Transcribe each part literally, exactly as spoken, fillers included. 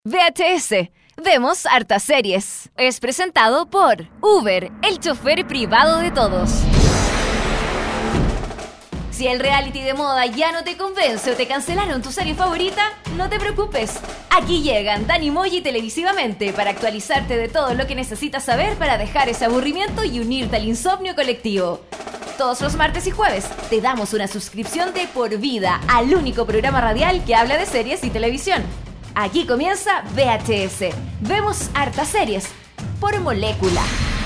V H S. Vemos hartas series. Es presentado por Uber, el chofer privado de todos. Si el reality de moda ya no te convence o te cancelaron tu serie favorita, no te preocupes. Aquí llegan Dani Moji televisivamente para actualizarte de todo lo que necesitas saber para dejar ese aburrimiento y unirte al insomnio colectivo. Todos los martes y jueves te damos una suscripción de por vida al único programa radial que habla de series y televisión. Aquí comienza V H S. Vemos hartas series por Molécula.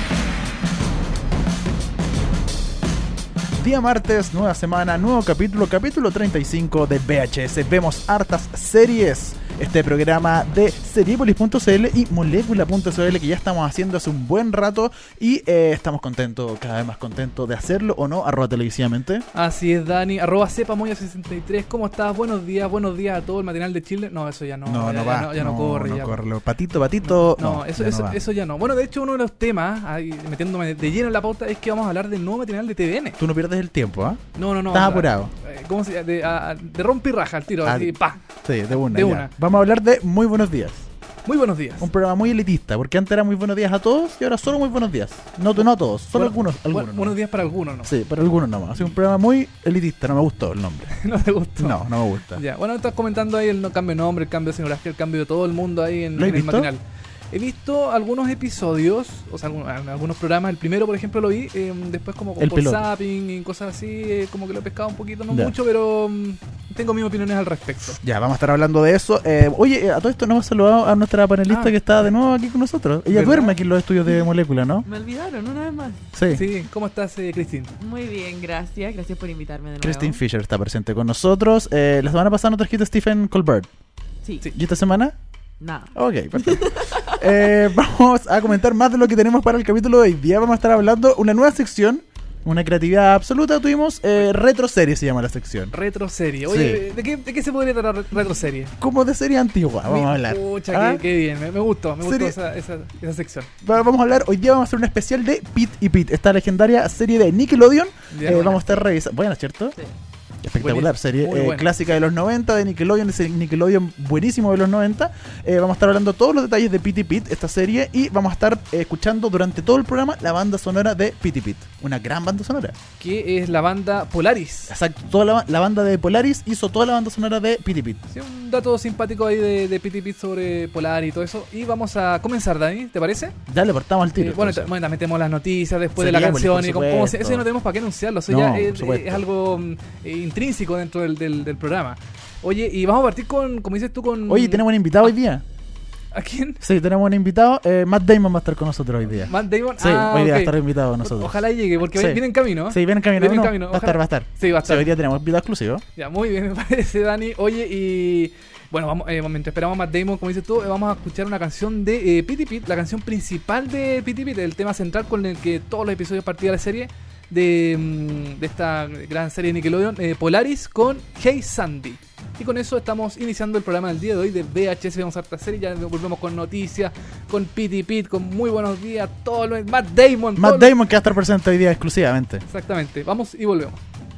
Día martes, nueva semana, nuevo capítulo, capítulo treinta y cinco de V H S. Vemos hartas series. Este programa de Seriepolis punto c l y Molécula punto c l que ya estamos haciendo hace un buen rato y eh, estamos contentos, cada vez más contentos de hacerlo, ¿o no? Arroba televisivamente. Así es, Dani. Arroba cepamoya sesenta y tres. ¿Cómo estás? Buenos días, buenos días a todo el matinal de Chile. No, eso ya no. No, ya, no va. Ya no, ya no, no corre. No ya. corre. Patito, patito. No, no eso, ya eso, no eso ya no. Bueno, de hecho, uno de los temas, ahí, metiéndome de lleno en la pauta, es que vamos a hablar del nuevo matinal de T V N. Tú no pierdes el tiempo, ¿ah? ¿eh? No, no, no. Estás apurado. ¿Cómo se llama? De, a, de rompe y raja al tiro. Ah, así, pa. Sí, de una. De una. Vamos a hablar de Muy Buenos Días. Muy buenos días. Un programa muy elitista, porque antes era Muy Buenos Días a todos y ahora solo Muy Buenos Días. No, no a todos, solo bueno, algunos. algunos bueno, buenos días para algunos, ¿no? Sí, para algunos nomás. Así un programa muy elitista, no me gustó el nombre. ¿No te gustó? No, no me gusta. Ya, bueno, estás comentando ahí el no, cambio de nombre, el cambio de escenografía, el cambio de todo el mundo ahí en, ¿Lo has en el visto? matinal. He visto algunos episodios, o sea, algunos, algunos programas. El primero, por ejemplo, lo vi. Eh, después, como El por piloto. zapping y cosas así, eh, como que lo he pescado un poquito, no Ya. mucho, pero um, tengo mis opiniones al respecto. Ya, vamos a estar hablando de eso. Eh, oye, a todo esto no hemos saludado a nuestra panelista Ah. que está de nuevo aquí con nosotros. Ella ¿Verdad? duerme aquí en los estudios de Molécula, ¿no? Me olvidaron una vez más. Sí. Sí, ¿cómo estás, eh, Cristín? Muy bien, gracias. Gracias por invitarme de nuevo. Christine Fisher está presente con nosotros. Eh, la semana pasada nos trajiste a Stephen Colbert. Sí. Sí. ¿Y esta semana? Nada. Ok, perfecto. eh, vamos a comentar más de lo que tenemos para el capítulo de hoy día. Vamos a estar hablando una nueva sección, una creatividad absoluta tuvimos. Eh, retro serie se llama la sección. Retro serie. Oye, Sí. ¿de, qué, ¿de qué se podría tratar retro serie? Como de serie antigua, vamos a hablar. Pucha, ¿Ah? qué, qué bien. Me, me gustó, me gustó Serie- esa, esa, esa sección. Va- Vamos a hablar, hoy día vamos a hacer un especial de Pete y Pete, esta legendaria serie de Nickelodeon. Ya, Eh, buena. vamos a estar revisando. Buena, ¿cierto? Sí. Espectacular, Buenísimo, serie muy eh, buena. clásica de los noventa de Nickelodeon, ese Nickelodeon buenísimo de los noventa. Eh, vamos a estar hablando todos los detalles de Pete y Pete, esta serie, y vamos a estar eh, escuchando durante todo el programa la banda sonora de Pete y Pete. Una gran banda sonora. Que es la banda Polaris. Exacto, toda la, la banda de Polaris hizo toda la banda sonora de Pete y Pete. Sí, un dato simpático ahí de, de Piti Pit sobre Polaris y todo eso. Y vamos a comenzar, Dani, ¿te parece? Ya le partamos al tiro. Eh, bueno, entonces. ta- bueno, metemos las noticias después Sí, de la pues, canción por y como, como si- supuesto. eso ya no tenemos para qué anunciarlo, eso No, ya por es, supuesto. es algo mm, eh, intrínseco dentro del, del, del programa. Oye, y vamos a partir con, como dices tú, con... Oye, tenemos un invitado hoy día. ¿A quién? Sí, tenemos un invitado. Eh, Matt Damon va a estar con nosotros hoy día. Matt Damon. Sí, ah, hoy día va a ok. estar invitado con nosotros. Ojalá llegue, porque Sí. viene en camino. ¿eh? Sí, viene en camino. Viene en no, camino, Va a estar, ojalá. va a estar. Sí, va a Sí, estar. hoy día tenemos invitado exclusivo. Ya, muy bien, me parece, Dani. Oye, y bueno, vamos, eh, mientras esperamos a Matt Damon, como dices tú, eh, vamos a escuchar una canción de eh, Pete Pete, la canción principal de Pete Pete, el tema central con el que todos los episodios partían de la serie, de, mm, de esta gran serie de Nickelodeon, eh, Polaris, con Hey Sandy. Y con eso estamos iniciando el programa del día de hoy de V H S. Vamos a harta serie, ya volvemos con noticias, con Pete Pete, con muy buenos días, todo lo Matt Damon. Matt todo lo- Damon que va a estar presente hoy día exclusivamente. Exactamente, vamos y volvemos.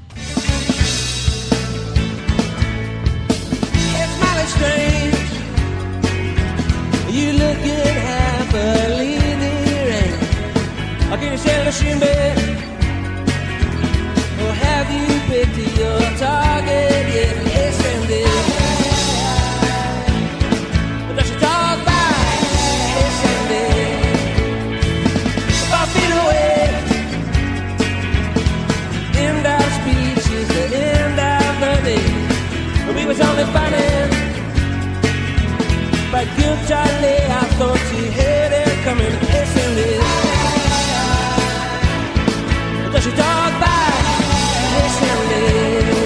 It's mighty strange. You looking happily there, and or can you sail the ship bed? Or have you picked your target yet? Yes, and this. Does she talk back? Yes, and this. Five feet away. End of speech is the end of the day. We was only fighting, but good Charlie, I thought you had it coming. Listen this. Does she talk back? Listen this.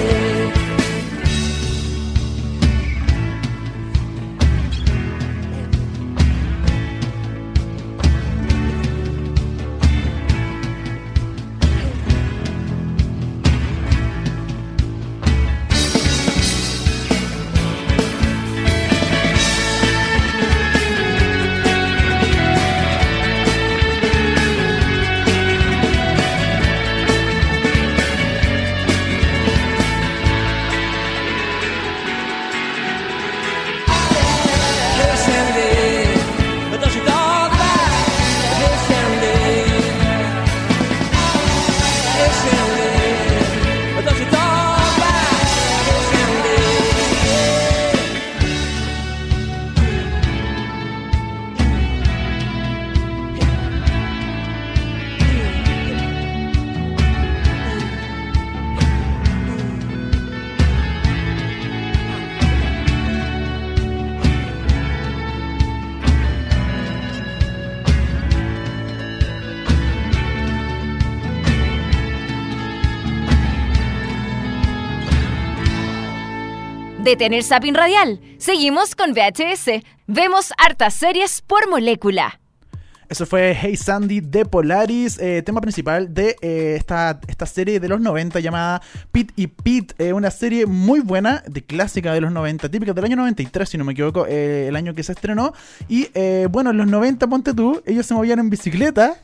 Detén el zapping radial. Seguimos con V H S. Vemos hartas series por molécula. Eso fue Hey Sandy de Polaris, eh, tema principal de eh, esta, esta serie de los noventa llamada Pete y Pete, eh, una serie muy buena, de clásica de los noventa, típica del año noventa y tres si no me equivoco, eh, el año que se estrenó. Y eh, bueno, en los noventa, ponte tú, ellos se movían en bicicleta,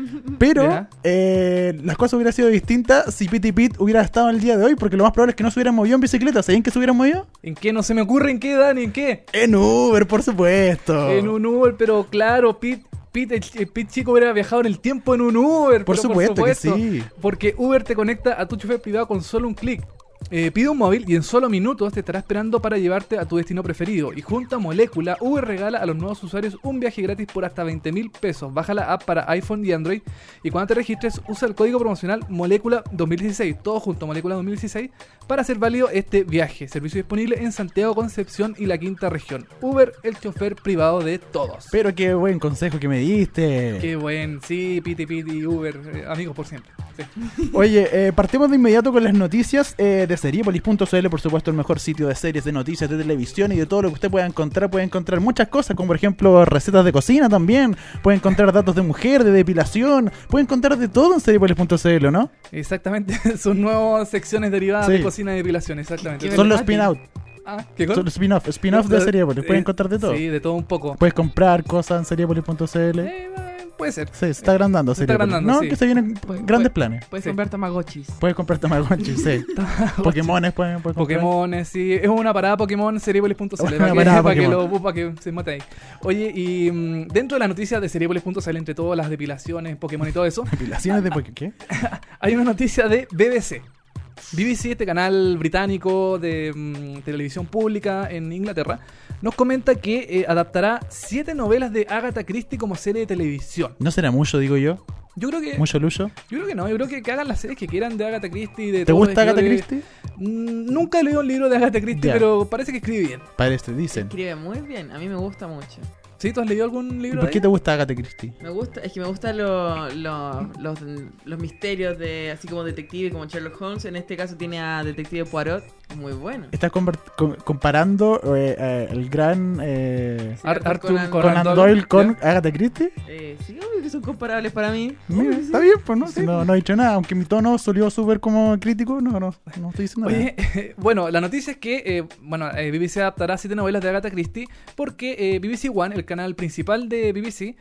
pero eh, las cosas hubieran sido distintas si Pete y Pete hubiera estado en el día de hoy, porque lo más probable es que no se hubieran movido en bicicleta. ¿Sabían que se hubieran movido? ¿En qué? No se me ocurre, ¿en qué, Dani? ¿En qué? En Uber, por supuesto. En un Uber, pero claro, Pete... Pete, el, el Pete chico hubiera viajado en el tiempo en un Uber. Por pero supuesto, por supuesto que sí. Porque Uber te conecta a tu chofer privado con solo un clic. Eh, pide un móvil y en solo minutos te estará esperando para llevarte a tu destino preferido. Y junto a Molécula, Uber regala a los nuevos usuarios un viaje gratis por hasta veinte mil pesos. Baja la app para iPhone y Android. Y cuando te registres, usa el código promocional Molécula dos mil dieciséis. Todo junto, Molécula dos mil dieciséis. Para hacer válido este viaje. Servicio disponible en Santiago, Concepción y la quinta región. Uber, el chofer privado de todos. Pero qué buen consejo que me diste. Qué buen, sí, Piti Piti, Uber, eh, amigos por siempre. Sí. Oye, eh, partimos de inmediato con las noticias eh, de Seriepolis punto c l, por supuesto, el mejor sitio de series, de noticias, de televisión y de todo lo que usted pueda encontrar. Puede encontrar muchas cosas, como por ejemplo recetas de cocina también. Puede encontrar datos de mujer, de depilación. Puede encontrar de todo en Seriepolis punto c l, ¿no? Exactamente, sus nuevas secciones derivadas Sí. de cocina y depilación, exactamente. Qué Son los versátil. spin-out. Ah, ¿qué cosa? Son los spin-off. Spin-off de Seriepolis. Puede Eh, encontrar de todo. Sí, de todo un poco. Puedes comprar cosas en Seriepolis punto c l. Eh, eh, puede ser. Sí, se está agrandando. Se está Seriepolis. agrandando, No, sí. que se vienen Puede- grandes puede- planes. Puedes Sí. comprar tamagotchis. Puedes comprar Tamagotchi, sí. Pokémones pueden, puedes comprar. Pokémon, sí, es una parada Pokémon Seriepolis punto c l Una para, que, parada para que Pokémon. lo para que se mate ahí. Oye, y mm, dentro de las noticias de Seriepolis punto c l, entre todas las depilaciones, Pokémon y todo eso, Depilaciones de Pokémon. ¿Qué? hay una noticia de B B C. B B C, este canal británico de mm, televisión pública en Inglaterra, nos comenta que eh, adaptará siete novelas de Agatha Christie como serie de televisión. ¿No será mucho, digo yo? Yo creo que ¿Mucho lucho? yo creo que no, yo creo que, que hagan las series que quieran de Agatha Christie. De ¿Te todos los gusta Agatha escritores. Christie? Mm, Nunca he leído un libro de Agatha Christie, Ya. pero parece que escribe bien. Parece, dicen. Escribe muy bien, a mí me gusta mucho. ¿Sí? ¿Tú has leído algún ¿Y libro por de qué ella? te gusta Agatha Christie? Me gusta, es que me gustan lo- lo- los, los misterios de así como detective, como Sherlock Holmes. En este caso tiene a Detective Poirot, muy bueno. Estás conver- com- comparando eh, eh, el gran eh, Sí, Ar- Arthur Arthur Conan Conan Conan Doyle, Doyle con ¿ya? Agatha Christie. Eh, sí, obvio que son comparables para mí. Mira, Obvio que sí. está bien, pues no, Sí, Si no, no he dicho nada. Aunque mi tono salió súper como crítico, no, no, no estoy diciendo Oye, bueno, la noticia es que eh, bueno, eh, B B C adaptará siete novelas de Agatha Christie porque eh, B B C One, el canal principal de B B C,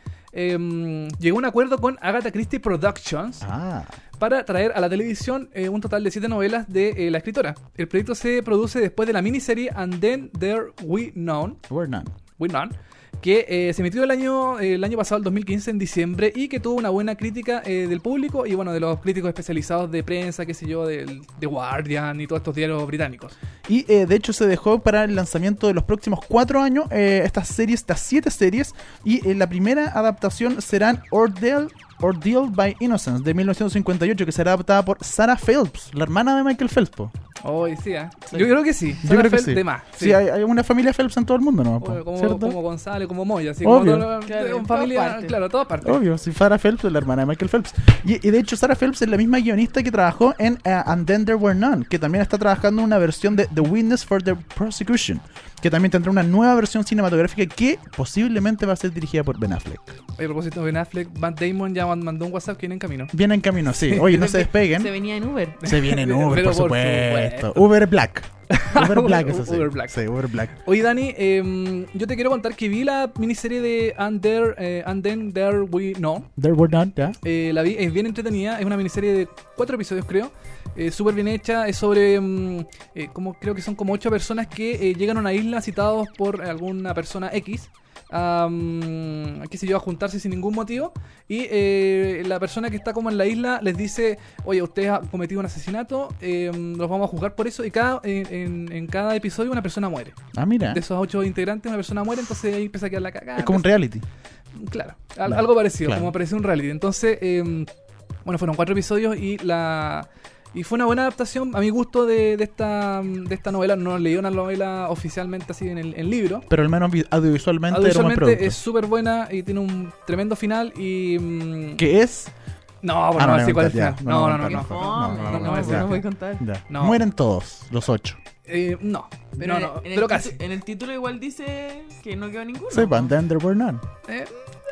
eh, llegó a un acuerdo con Agatha Christie Productions nada. Ah, para traer a la televisión eh, un total de siete novelas de eh, la escritora. El proyecto se produce después de la miniserie And Then There We Known, we're none. We Known, que eh, se emitió el año el año pasado, el dos mil quince, en diciembre, y que tuvo una buena crítica eh, del público y bueno, de los críticos especializados de prensa, qué sé yo, del The Guardian y todos estos diarios británicos. Y eh, de hecho se dejó para el lanzamiento de los próximos cuatro años eh, estas series, estas siete series. Y eh, la primera adaptación será Ordeal, Ordeal by Innocence de mil novecientos cincuenta y ocho, que será adaptada por Sarah Phelps, la hermana de Michael Phelps. po. Oh, sí, ¿eh? Sí. Yo creo que sí. Yo Sarah creo que Phelps sí. de más. Sí, hay, hay una familia Phelps en todo el mundo, ¿no? po, O como, ¿cierto? como González, como Moya, así Obvio. como todo- Claro, de- en familia, todas partes. claro, todas partes. Obvio, si Sarah Phelps es la hermana de Michael Phelps. Y, y de hecho Sarah Phelps es la misma guionista que trabajó en uh, And Then There Were None, que también está trabajando en una versión de The Witness for the Prosecution, que también tendrá una nueva versión cinematográfica que posiblemente va a ser dirigida por Ben Affleck. Oye, a propósito de Ben Affleck, Matt Damon ya mandó un WhatsApp que viene en camino. Viene en camino, sí. Oye, no se despeguen. Se venía en Uber. Se viene en Uber, Pero por por supuesto. supuesto. Uber Black. Uber Black, eso sí. Uber Black. Sí, Uber Black. Oye, Dani, eh, yo te quiero contar que vi la miniserie de And, There, eh, And Then There We Know. There Were None, ¿ya? Eh, la vi, es bien entretenida, es una miniserie de cuatro episodios, creo. Eh, Súper bien hecha, es sobre, mm, eh, como, creo que son como ocho personas que eh, llegan a una isla citados por alguna persona X. Um, qué sé yo, a juntarse sin ningún motivo. Y eh, la persona que está como en la isla les dice: oye, ustedes han cometido un asesinato, eh, los vamos a juzgar por eso. Y cada, en, en- en cada episodio una persona muere. Ah, mira. De esos ocho integrantes, una persona muere, entonces ahí empieza a quedar la cagada. Es como un reality. Claro, al- Claro, algo parecido, claro. como parecía un reality. Entonces, eh, bueno, fueron cuatro episodios y la y fue una buena adaptación a mi gusto de, de esta de esta novela. No leí una novela oficialmente así en el en libro. Pero al menos vi- audiovisualmente, era un buen Audiovisualmente producto. es súper buena y tiene un tremendo final y... mm, ¿Qué es? No, Ah, bueno, no no, le así cuál es contar, el ya. final. No, No, no, no, no, no. no. Fome. no, no, no, no, no, eso ya. no voy a contar. Ya. No. Mueren todos, los ocho. Eh, no, Pero no, en, no, en el pero titu- casi. En el título igual dice que no quedó ninguno. Sí, Van Then There Were None. Eh,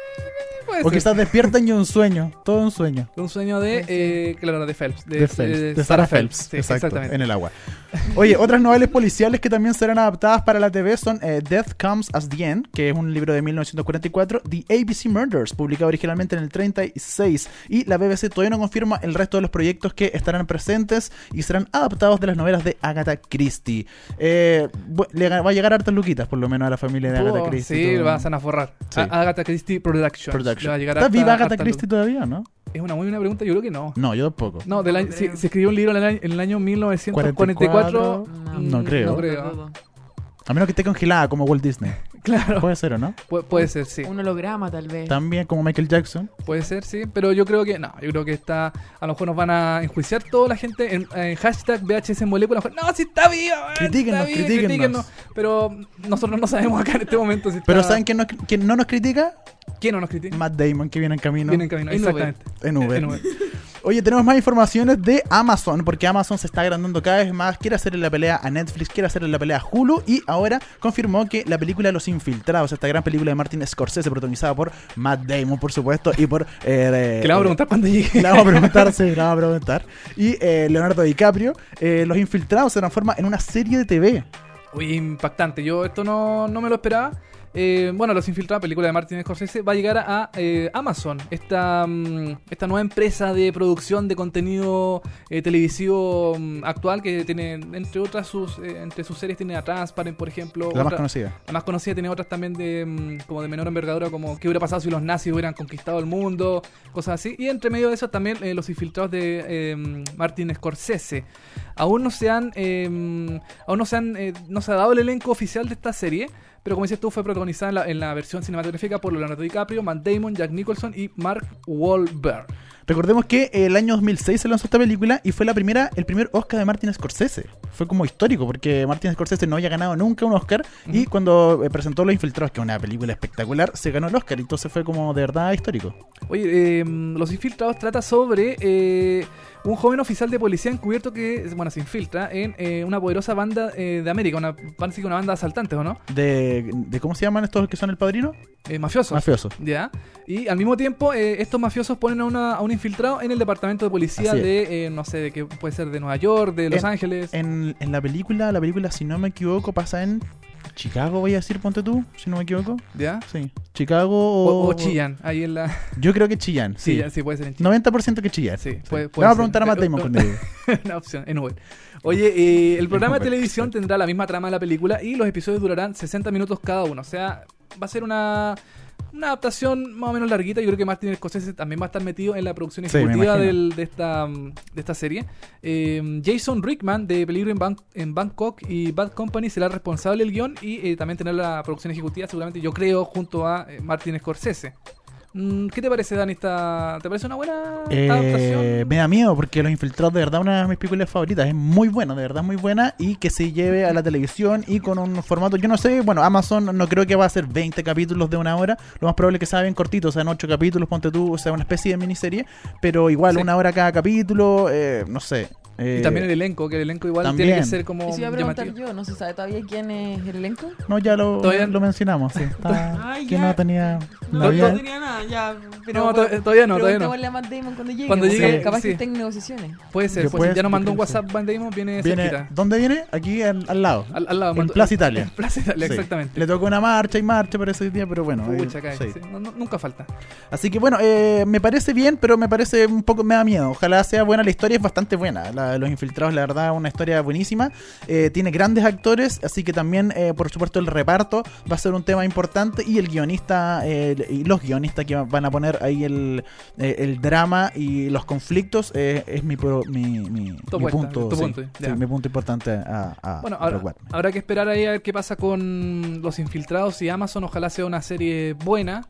puede O ser. quizás despiertan y un sueño, todo un sueño. Un sueño de, eh, claro, de Phelps. De, Phelps, de Sarah Phelps, Sí, exacto, exactamente. en el agua. Oye, otras novelas policiales que también serán adaptadas para la T V son eh, Death Comes at the End, que es un libro de mil novecientos cuarenta y cuatro, The A B C Murders, publicado originalmente en el treinta y seis, y la B B C todavía no confirma el resto de los proyectos que estarán presentes y serán adaptados de las novelas de Agatha Christie. Eh, bu- le va a llegar hartas luquitas, por lo menos, a la familia de Agatha Oh, Christie. sí, todo. vas a forrar. Sí. A- Agatha Christie Productions. Production. Le va a llegar ¿Está harta- viva Agatha harta Christie luz. todavía o no? Es una muy buena pregunta, yo creo que no. No, yo tampoco. No, del año, No sí, creo. se escribió un libro en el año, en el año mil novecientos cuarenta y cuatro. No, mm, no creo. No creo. No dudo. A menos que esté congelada como Walt Disney. Claro. Puede ser o no. Pu- puede ser, sí. Un holograma tal vez. También como Michael Jackson. Puede ser, sí. Pero yo creo que no. Yo creo que está. A lo mejor nos van a enjuiciar toda la gente en, en hashtag V H S en molécula. No, si está viva. weón, Critíquennos, está viva, critíquennos. Pero nosotros no sabemos acá en este momento si está. Pero ¿saben quién, nos- quién no nos critica? ¿Quién no nos critica? Matt Damon, que viene en camino. Viene en camino, En exactamente. En Uber. En Uber. Oye, tenemos más informaciones de Amazon, porque Amazon se está agrandando cada vez más, quiere hacerle la pelea a Netflix, quiere hacerle la pelea a Hulu, y ahora confirmó que la película Los Infiltrados, esta gran película de Martin Scorsese, protagonizada por Matt Damon, por supuesto, y por... Eh, Que le vamos a preguntar cuando llegue. Le vamos a preguntar, sí, le vamos a preguntar. Y eh, Leonardo DiCaprio, eh, Los Infiltrados se transforma en una serie de T V. Uy, impactante. Yo esto no, no me lo esperaba. Eh, bueno, Los Infiltrados, película de Martin Scorsese, va a llegar a eh, Amazon, esta, mm, esta nueva empresa de producción de contenido eh, televisivo mm, actual, que tiene, entre otras, sus eh, entre sus series tiene a Transparent, por ejemplo. La más otra- conocida. La más conocida, tiene otras también de mm, como de menor envergadura, como qué hubiera pasado si los nazis hubieran conquistado el mundo, cosas así. Y entre medio de eso también eh, Los Infiltrados de eh, Martin Scorsese. Aún no se han, eh, aún no se han, eh, no se ha dado el elenco oficial de esta serie, pero como dices tú, fue protagonizada en la, en la versión cinematográfica por Leonardo DiCaprio, Matt Damon, Jack Nicholson y Mark Wahlberg. Recordemos que el año dos mil seis se lanzó esta película y fue la primera, el primer Oscar de Martin Scorsese. Fue como histórico porque Martin Scorsese no había ganado nunca un Oscar, y cuando eh, presentó Los Infiltrados, que es una película espectacular, se ganó el Oscar. Entonces fue como de verdad histórico. Oye, eh, Los Infiltrados trata sobre eh, un joven oficial de policía encubierto que, bueno, se infiltra en eh, una poderosa banda eh, de América, una, parece que una banda de asaltantes, ¿o no? De, de ¿Cómo se llaman estos que son el padrino? Eh, mafiosos. Mafiosos. Ya. Y al mismo tiempo, eh, estos mafiosos ponen a, una, a un infiltrado en el departamento de policía Así es. de, eh, no sé, de que puede ser de Nueva York, de Los En- Ángeles. En, en la película, la película, si no me equivoco, pasa en Chicago, voy a decir, ponte tú, si no me equivoco. ¿Ya? Sí. Chicago O, o... o Chillán, ahí en la... Yo creo que Chillán, sí. Chillán, sí, puede ser en Chillán. noventa por ciento que Chillán. Sí, Sí. puede- Le puede vamos a ser. preguntar a Matt Pero- Damon cuando llegue. Una opción, en Uber. Oye, eh, el programa de Uber, televisión exacto. tendrá la misma trama de la película y los episodios durarán sesenta minutos cada uno. O sea, va a ser una, una adaptación más o menos larguita. Yo creo que Martin Scorsese también va a estar metido en la producción Sí, me ejecutiva imagino. del- de, esta, mm, de esta serie. Eh, Jason Rickman, de Peligro en, Ban- en Bangkok y Bad Company, será responsable del guión y eh, también tener la producción ejecutiva, seguramente, yo creo, junto a eh, Martin Scorsese. Mm, ¿Qué te parece, Dani? Esta, ¿Te parece una buena Eh, adaptación? me da miedo porque Los Infiltrados de verdad una de mis películas favoritas, es muy buena, de verdad muy buena, y que se lleve a la televisión y con un formato, yo no sé, bueno, Amazon no creo que va a ser veinte capítulos de una hora, lo más probable es que sea bien cortito, sean ocho capítulos, ponte tú, o sea, una especie de miniserie, pero igual Sí. una hora cada capítulo, eh, no sé. eh, Y también el elenco, que el elenco igual también. tiene que ser como Y si iba a preguntar llamativo. yo, ¿no se sabe todavía quién es el elenco? No, ya lo, Todavía- lo mencionamos, sí. Está- Ay, que ya. no tenía... No, no no, había- tenía nada, ya. Pero No, to- todavía no, todavía no. preguntémosle a Matt Damon cuando llegue. Cuando porque llegue, capaz sí. que esté en negociaciones. Puede ser, Yo puede ser. puedo- Ya nos yo mandó un creo que WhatsApp, Van Damon, viene, viene, cerquita. ¿dónde viene? Aquí al, al lado. Al, al lado, en mandó- Plaza Italia. En Plaza Italia, Sí. exactamente. Le tocó una marcha y marcha para ese día, pero bueno. Pucha, eh, cae, sí. sí. No, no, nunca falta. Así que bueno, eh, me parece bien, pero me parece un poco, me da miedo. Ojalá sea buena, la historia es bastante buena. La de Los Infiltrados, la verdad, una historia buenísima. Eh, tiene grandes actores, así que también, eh, por supuesto, el reparto va a ser un tema importante, y el guionista eh, y los guionistas que van a poner ahí el, eh, el drama y los conflictos eh, es mi, pro- mi, mi, Tu mi apuesta, punto, tu sí, punto, sí, ya. mi punto importante a, a Bueno, a ahora, preocuparme. habrá que esperar ahí a ver qué pasa con Los Infiltrados y Amazon. Ojalá sea una serie buena.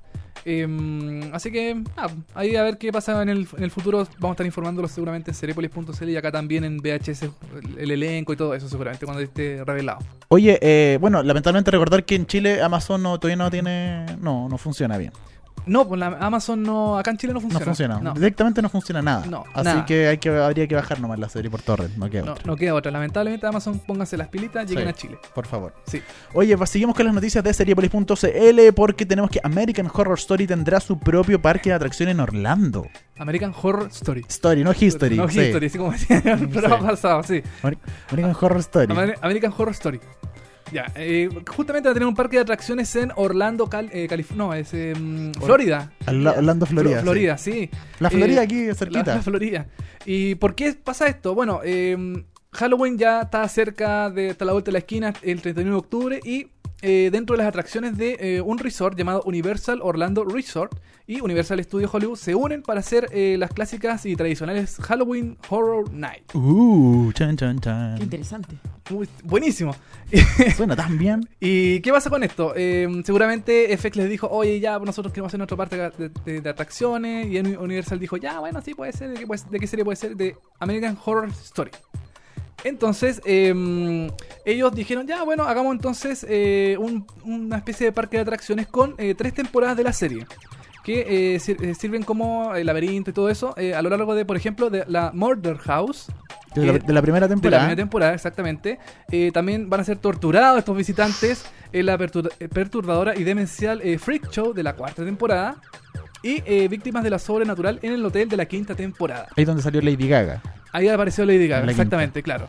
Eh, así que, ah, ahí a ver qué pasa en el, en el futuro. Vamos a estar informándolos seguramente en Seriepolis punto c l y acá también en V H S, el, el elenco y todo eso, seguramente, cuando esté revelado. Oye, eh, bueno, lamentablemente recordar que en Chile Amazon no, todavía no tiene, no, no funciona bien. No, pues la Amazon no, acá en Chile no No funciona. funciona. No, Directamente no funciona nada. No, Así nada. que, hay que habría que bajar nomás la serie por torrent. No queda no, otra. no queda otra. Lamentablemente Amazon, pónganse las pilitas, lleguen Sí. a Chile. Por favor. Sí. Oye, pues seguimos con las noticias de Seriepolis punto c l porque tenemos que American Horror Story tendrá su propio parque de atracción en Orlando. American Horror Story. Story, no History. No sí. History, así como decía en el programa Sí. pasado, sí. Amer- American Horror Story. Amer- American Horror Story. Ya, eh, justamente va a tener un parque de atracciones en Orlando, Cal eh, Calif- no, es em, Florida. Al- Orlando, Florida. Flo- sí. Florida, sí. La Florida Eh, aquí cerquita. La, la Florida. ¿Y por qué pasa esto? Bueno, eh, Halloween ya está cerca de está a la vuelta de la esquina, el treinta y uno de octubre, y eh, dentro de las atracciones de eh, un resort llamado Universal Orlando Resort y Universal Studios Hollywood se unen para hacer eh, las clásicas y tradicionales Halloween Horror Night. Uh, chan, chan, Qué chan. interesante. Muy- buenísimo. Suena tan bien. ¿Y qué pasa con esto? Eh, seguramente F X les dijo, oye, ya, nosotros queremos hacer nuestra parte de, de- de atracciones. Y en Universal dijo, ya, bueno, sí, puede ser. ¿De qué, puede- de qué serie puede ser? De American Horror Story. Entonces, eh, ellos dijeron, ya, bueno, hagamos entonces eh, un- una especie de parque de atracciones con eh, tres temporadas de la serie. Que eh, sir- eh, sirven como el laberinto y todo eso eh, a lo largo de, por ejemplo, de la Murder House. De la, que- de la primera de la temporada. primera temporada, exactamente. Eh, también van a ser torturados estos visitantes en la pertur- eh, perturbadora y demencial eh, Freak Show de la cuarta temporada. Y eh, víctimas de la sobrenatural en el hotel de la quinta temporada. Ahí es donde salió Lady Gaga. Ahí apareció Lady Gaga, En la exactamente, claro.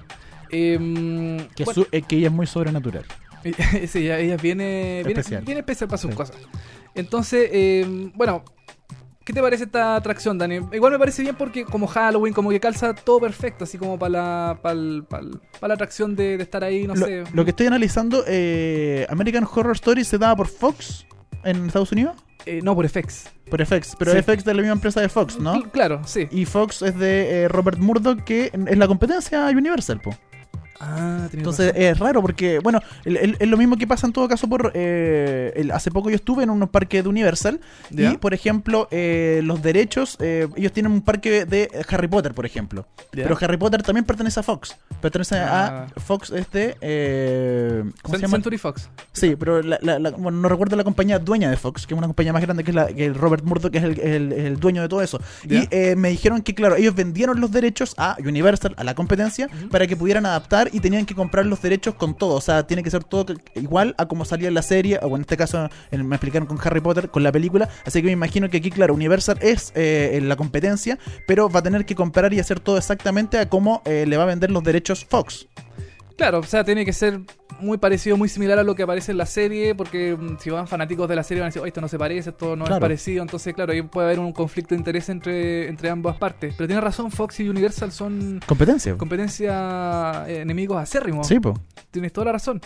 Em, Que, bueno, su- eh, que ella es muy sobrenatural. sí, ella, ella viene, viene Especial. viene especial para sus Sí. cosas. Entonces, em, bueno, ¿qué te parece esta atracción, Dani? Igual me parece bien porque como Halloween, como que calza todo perfecto, así como para la, para el- para el- para la atracción de, de estar ahí, no lo, sé. lo que estoy analizando, eh, American Horror Story se daba por Fox en Estados Unidos. Eh, no, por F X. Por F X, pero Sí. F X es de la misma empresa de Fox, ¿no? Cl- Claro, sí. Y Fox es de eh, Robert Murdoch, que es la competencia a Universal, po. Ah, tenés Entonces razón. es raro porque, bueno, el- el- es lo mismo que pasa en todo caso por... eh, el- hace poco yo estuve en unos parques de Universal ¿Ya? y, por ejemplo, eh, los derechos, eh, ellos tienen un parque de Harry Potter, por ejemplo. ¿Ya? Pero Harry Potter también pertenece a Fox. Pertenece Ah. a Fox este... Eh, ¿Cómo se Cent- llama? Century Fox. Sí, pero la, la- la- bueno, no recuerdo la compañía dueña de Fox, que es una compañía más grande que, es la, que el Robert Murdoch, que es el, el- el dueño de todo eso. Ya. Y eh, me dijeron que, claro, ellos vendieron los derechos a Universal, a la competencia, para que pudieran adaptar y tenían que comprar los derechos con todo. O sea, tiene que ser todo igual a como salía en la serie, o en este caso en- me explicaron con Harry Potter, con la película. Así que me imagino que aquí, claro, Universal es eh, en la competencia, pero va a tener que comprar y hacer todo exactamente a cómo eh, le va a vender los derechos Fox. Claro, o sea, tiene que ser muy parecido, muy similar a lo que aparece en la serie, porque mm, si van fanáticos de la serie van a decir, oh, esto no se parece, esto no Claro. es parecido, entonces claro, ahí puede haber un conflicto de interés entre, entre ambas partes. Pero tiene razón, Fox y Universal son Competencia. competencia, eh, enemigos acérrimos. Sí, po. Tienes toda la razón.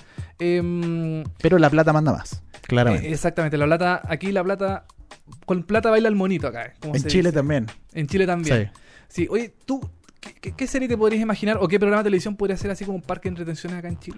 Em, Pero la plata manda más, claramente. eh, exactamente, la plata, aquí la plata, con plata baila el monito acá. eh, como en se Chile dice. también. En Chile también. Sí. Sí, oye, tú, ¿qué, qué, qué serie te podrías imaginar o qué programa de televisión podría ser así como un parque de entretenciones acá en Chile?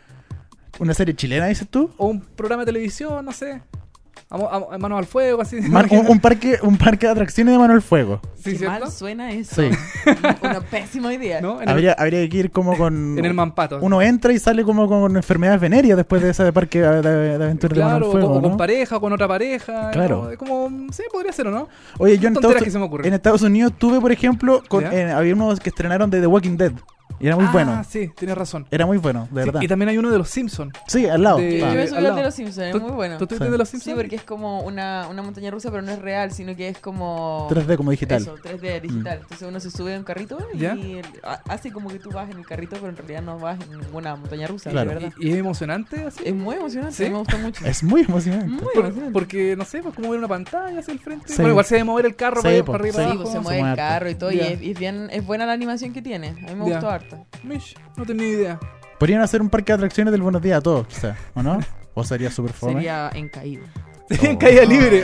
¿Una serie chilena, dices tú? O un programa de televisión, no sé. Amo- amo- Manos al fuego, así. Man- un, un parque un parque de atracciones de mano al fuego. Sí, Qué ¿cierto? mal suena eso. Sí. Una pésima idea. ¿No? En, el, Habría, habría que ir como con... en el Mampato. Uno entra y sale como con enfermedades venéreas después de ese parque de, de- de aventuras de mano Claro, al o, fuego, con- o ¿no? con pareja, o con otra pareja. Claro. ¿no? Es como, sí, podría ser o no. Oye, yo en Tonteras Estados, que se me ocurren. en Estados Unidos tuve, por ejemplo, con, ¿Ya? eh, había unos que estrenaron de The Walking Dead. Y era muy ah, bueno. sí, tienes razón. Era muy bueno, de Sí, verdad. y también hay uno de los Simpsons. Sí, al lado. de- Yo Ah. me al subí al lado. de los Simpsons, es ¿Tú- muy bueno. ¿Tú estuviste Sí. de los Sí, Simpsons? porque es como una, una montaña rusa, pero no es real, sino que es como... tres D como digital. Eso, tres D digital. Entonces uno se sube a un carrito y ¿Ya? el- ha- hace como que tú vas en el carrito, pero en realidad no vas en ninguna montaña rusa, Claro. de verdad. ¿Y, y es emocionante así? Es muy emocionante, ¿Sí? a mí me gusta mucho. Es muy emocionante. Muy Por- emocionante. porque, no sé, pues como ver una pantalla hacia el frente. Sí. Bueno, igual se debe mover el carro Sí, para, po, para arriba sí. y Sí, para pues abajo. se se mueve mueve el harto. carro y todo, Ya. y es, y es bien, es buena la animación que tiene. A mí me Ya. gustó harto. Mish, no tenía idea. Podrían hacer un parque de atracciones del Buenos Días a todos, quizás, ¿o no? ¿O sería súper fome? Sería en caída. En caída libre.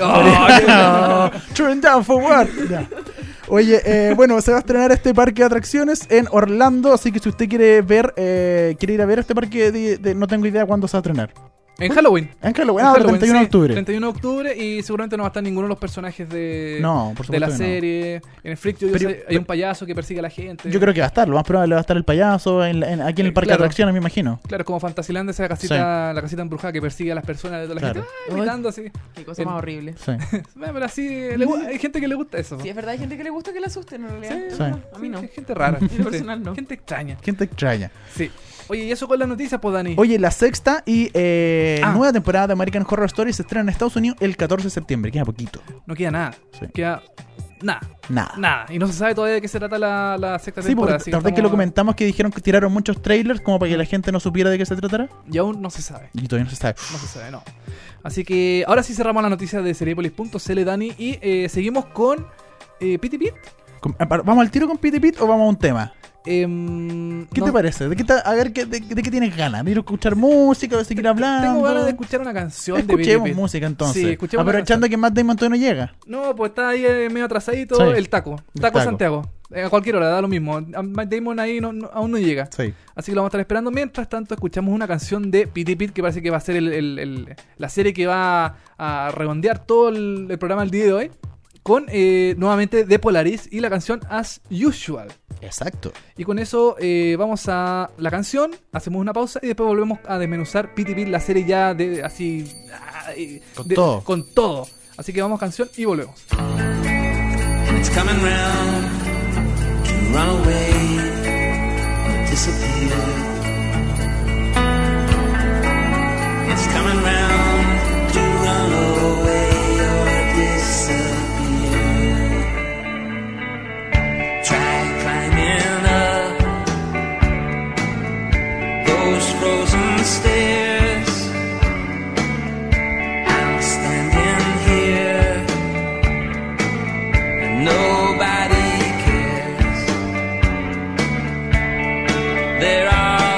Oh, Turn down for what? Ya. Oye, eh, bueno, se va a estrenar este parque de atracciones en Orlando, así que si usted quiere ver, eh, quiere ir a ver este parque, de, de- no tengo idea cuándo se va a estrenar. En Halloween. En Halloween, En ah, el Halloween, treinta y uno de sí, octubre. treinta y uno de octubre y seguramente no va a estar ninguno de los personajes de, No, por de la supuesto que no. serie. En el Freak yo Pero- sé, hay un payaso que persigue a la gente. Yo creo que va a estar, lo más probable va a estar el payaso en la- en- aquí en el Eh, parque claro. de atracciones, me imagino. Claro, como Fantasyland, esa casita, la casita embrujada que persigue a las personas de toda la Claro. gente. Ah, imitando así. Qué cosa El- más horrible. Sí. Bueno, pero así le gu- hay gente que le gusta eso. Sí, es verdad, hay gente que le gusta que la asusten en realidad. Sí, Sí. A mí no. Sí, gente rara. En lo gente, personal no. gente extraña. ¿Quién te extraña? Sí. Oye, y eso con las noticias, pues, Dani. Oye, la sexta y eh, Ah. nueva temporada de American Horror Story se estrena en Estados Unidos el catorce de septiembre. Queda poquito. No queda nada. Sí. Queda nada. Nada. Nada. Y no se sabe todavía de qué se trata la, la sexta Sí, temporada. porque así la verdad que lo estamos- comentamos que dijeron que tiraron muchos trailers como para que la gente no supiera de qué se tratara. Y aún no se sabe. Y todavía no se sabe. No se sabe, no. Así que ahora sí cerramos la noticia de Seriepolis punto c l, Dani. Y eh, seguimos con eh, Pity Pit. Com- a- ¿Vamos al tiro con Pity Pit o vamos a un tema? Em, ¿Qué no- te parece? ¿De qué ta- a ver, ¿qué, de, de qué tienes ganas? ¿De ir a escuchar música? ¿De seguir hablando? Tengo ganas de escuchar una canción de Escuchemos Pity Pit. música entonces. Sí, escuchemos una Aprovechando que Matt Damon todavía no llega. No, pues está ahí eh, medio atrasadito Sí. el taco. El Taco, taco. Santiago. Eh, A cualquier hora, da lo mismo. A Matt Damon ahí no- no- aún no llega. Sí. Así que lo vamos a estar esperando. Mientras tanto, escuchamos una canción de Pity Pit que parece que va a ser el- el- el- la serie que va a redondear todo el, el programa el día de hoy. Con eh, nuevamente The Polaris y la canción As Usual. Exacto. Y con eso eh, vamos a la canción, hacemos una pausa y después volvemos a desmenuzar Pity Pit, la serie ya de así. ah, eh, Con de- todo. Con todo. Así que vamos canción y volvemos. And it's coming round to run away or disappear. It's coming round to run away or disappear. Try climbing up those frozen stairs. I'm standing here and nobody cares. There are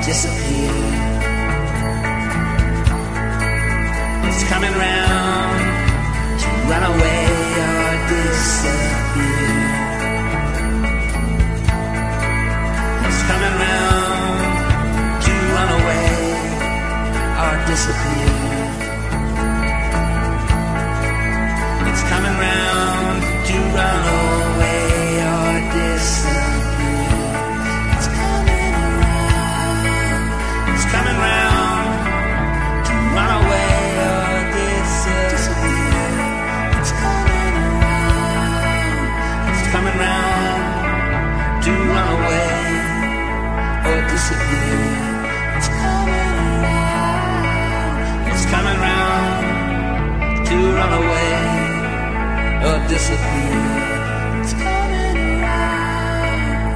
disappear. It's coming round to run away or disappear. It's coming round to run away or disappear. It's coming round to run away or disappear. It's coming around. It's coming round to run away or disappear. It's coming around. It's coming round to run away or disappear. It's coming around. It's coming round to run away or disappear. It's coming around.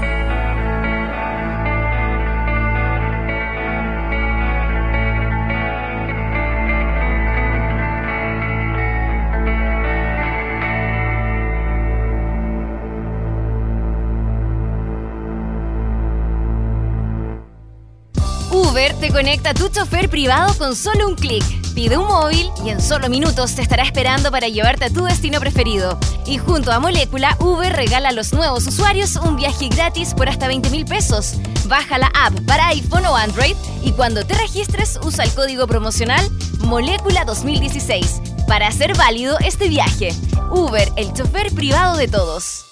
Uber te conecta a tu chofer privado con solo un clic. Pide un móvil y en solo minutos te estará esperando para llevarte a tu destino preferido. Y junto a Molécula, Uber regala a los nuevos usuarios un viaje gratis por hasta veinte mil pesos. Baja la app para iPhone o Android y cuando te registres usa el código promocional Molécula dos mil dieciséis para hacer válido este viaje. Uber, el chofer privado de todos.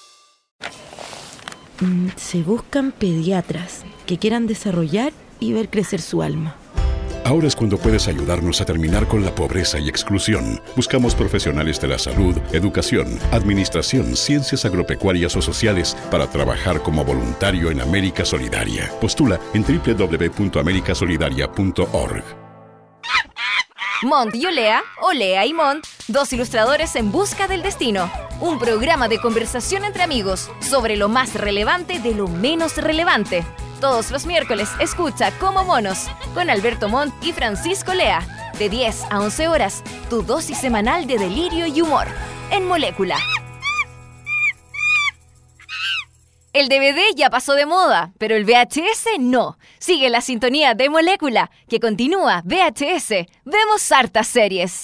Mm, Se buscan pediatras que quieran desarrollar y ver crecer su alma. Ahora es cuando puedes ayudarnos a terminar con la pobreza y exclusión. Buscamos profesionales de la salud, educación, administración, ciencias agropecuarias o sociales para trabajar como voluntario en América Solidaria. Postula en doble u doble u doble u punto américa solidaria punto org. Mont y Olea, Olea y Mont, dos ilustradores en busca del destino. Un programa de conversación entre amigos sobre lo más relevante de lo menos relevante. Todos los miércoles escucha Como Monos con Alberto Montt y Francisco Lea. De diez a once horas, tu dosis semanal de delirio y humor. En Molécula. El D V D ya pasó de moda, pero el V H S no. Sigue la sintonía de Molécula, que continúa V H S. Vemos hartas series.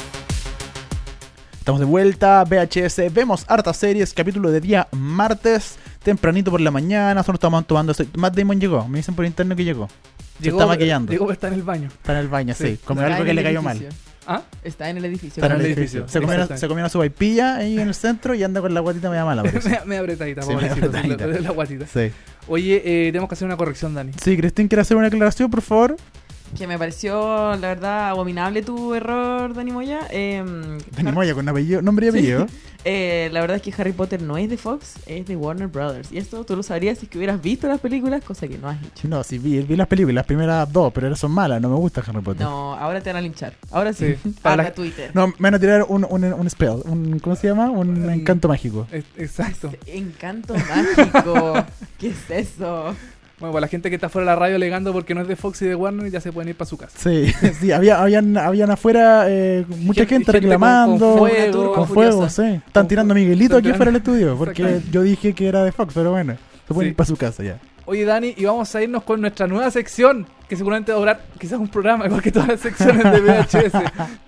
Estamos de vuelta, V H S, vemos hartas series, capítulo de día martes, tempranito por la mañana, nosotros estamos tomando... ese- Matt Damon llegó, me dicen por interno que llegó. Se está maquillando. Llegó, está en el baño. Está en el baño, sí, Sí. comió Está algo en que el le cayó mal. edificio. ¿Ah? Está en el edificio. Está en el el edificio. edificio, Se comió, una, exactamente. se comió una sopaipilla ahí en el centro y anda con la guatita media mala. Por eso. me, me apretadita, Sí, pobrecito, medio apretadita. la, la guatita. Sí. Oye, eh, tenemos que hacer una corrección, Dani. Sí, Cristín, ¿quiere hacer una aclaración, por favor? Que me pareció, la verdad, abominable tu error, Dani Moya. Eh, Dani Moya, con apellido, nombre y apellido. eh, la verdad es que Harry Potter no es de Fox, es de Warner Brothers. Y esto tú lo sabrías si es que hubieras visto las películas, cosa que no has hecho. No, sí, vi, vi las películas, las primeras dos, pero esas son malas, no me gusta Harry Potter. No, ahora te van a linchar. Ahora sí, Sí, para para la la- Twitter. No, me van a tirar un, un, un spell, un, ¿cómo se llama? Un encanto mágico. Es- exacto. Encanto mágico. ¿Qué es eso? Bueno, para la gente que está fuera de la radio alegando porque no es de Fox y de Warner, ya se pueden ir para su casa. Sí, sí, había, habían, habían afuera eh, mucha Gente- gente, gente reclamando. con- con Una fuego, turba Con furiosa. fuego, sí. Están tirando a Miguelito Están aquí fuera del tirando- estudio, porque Exactamente. yo dije que era de Fox, pero bueno, se pueden Sí. ir para su casa ya. Oye, Dani, y vamos a irnos con nuestra nueva sección, que seguramente va a durar quizás un programa, igual que todas las secciones de V H S.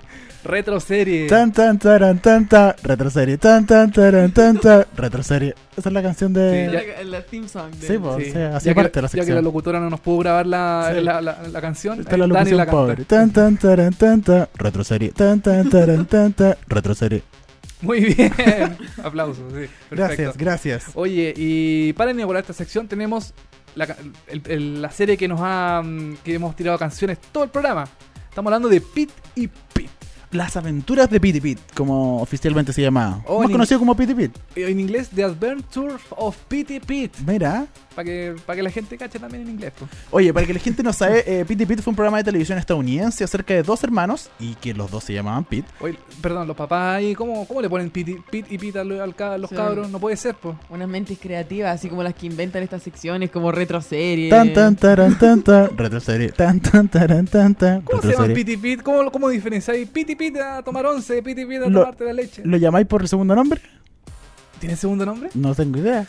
Retroserie. Tan tan taran tan ta, retroserie, tan tan taran tan ta, retroserie. Esa es la canción de... Sí, ya- La, la theme song. de- Sí, pues, Sí. sí, así ya, parte que, la ya que la sección. locutora no nos pudo grabar la, Sí. la, la, la canción, Esta es la eh, Dani locución la canta. pobre. Tan tan taran tan ta, retroserie, tan tan taran tan ta, retroserie. Muy bien. Aplausos, sí. Perfecto. Gracias, gracias. Oye, y para inaugurar esta sección tenemos la, ca- el- el- la serie que nos ha mm, que hemos tirado canciones todo el programa. Estamos hablando de Pete y Pete. Las aventuras de Pete y Pete, como oficialmente se llama. Oh, Más en conocido como Pete y Pete. En inglés, The Adventures of Pete y Pete. Mira. Para que, para que la gente cache también en inglés. Pues. Oye, para que la gente no sabe, eh, Pete y Pete fue un programa de televisión estadounidense acerca de dos hermanos y que los dos se llamaban Pete. Oye, perdón, los papás ahí, ¿cómo, cómo le ponen Pete, y- Pete y Pete al, al ca- a los Sí. cabros? No puede ser, pues. Unas mentes creativas, así como las que inventan estas secciones, como retroseries. Tan tan taran tan ta, retroserie, tan tan taran tan ta, ¿Cómo se llaman retroserie. Pete y Pete? ¿Cómo, cómo diferenciáis Pete y Pete a tomar once, Pete y Pete a Lo- tomarte la leche? ¿Lo llamáis por el segundo nombre? ¿Tiene segundo nombre? No tengo idea.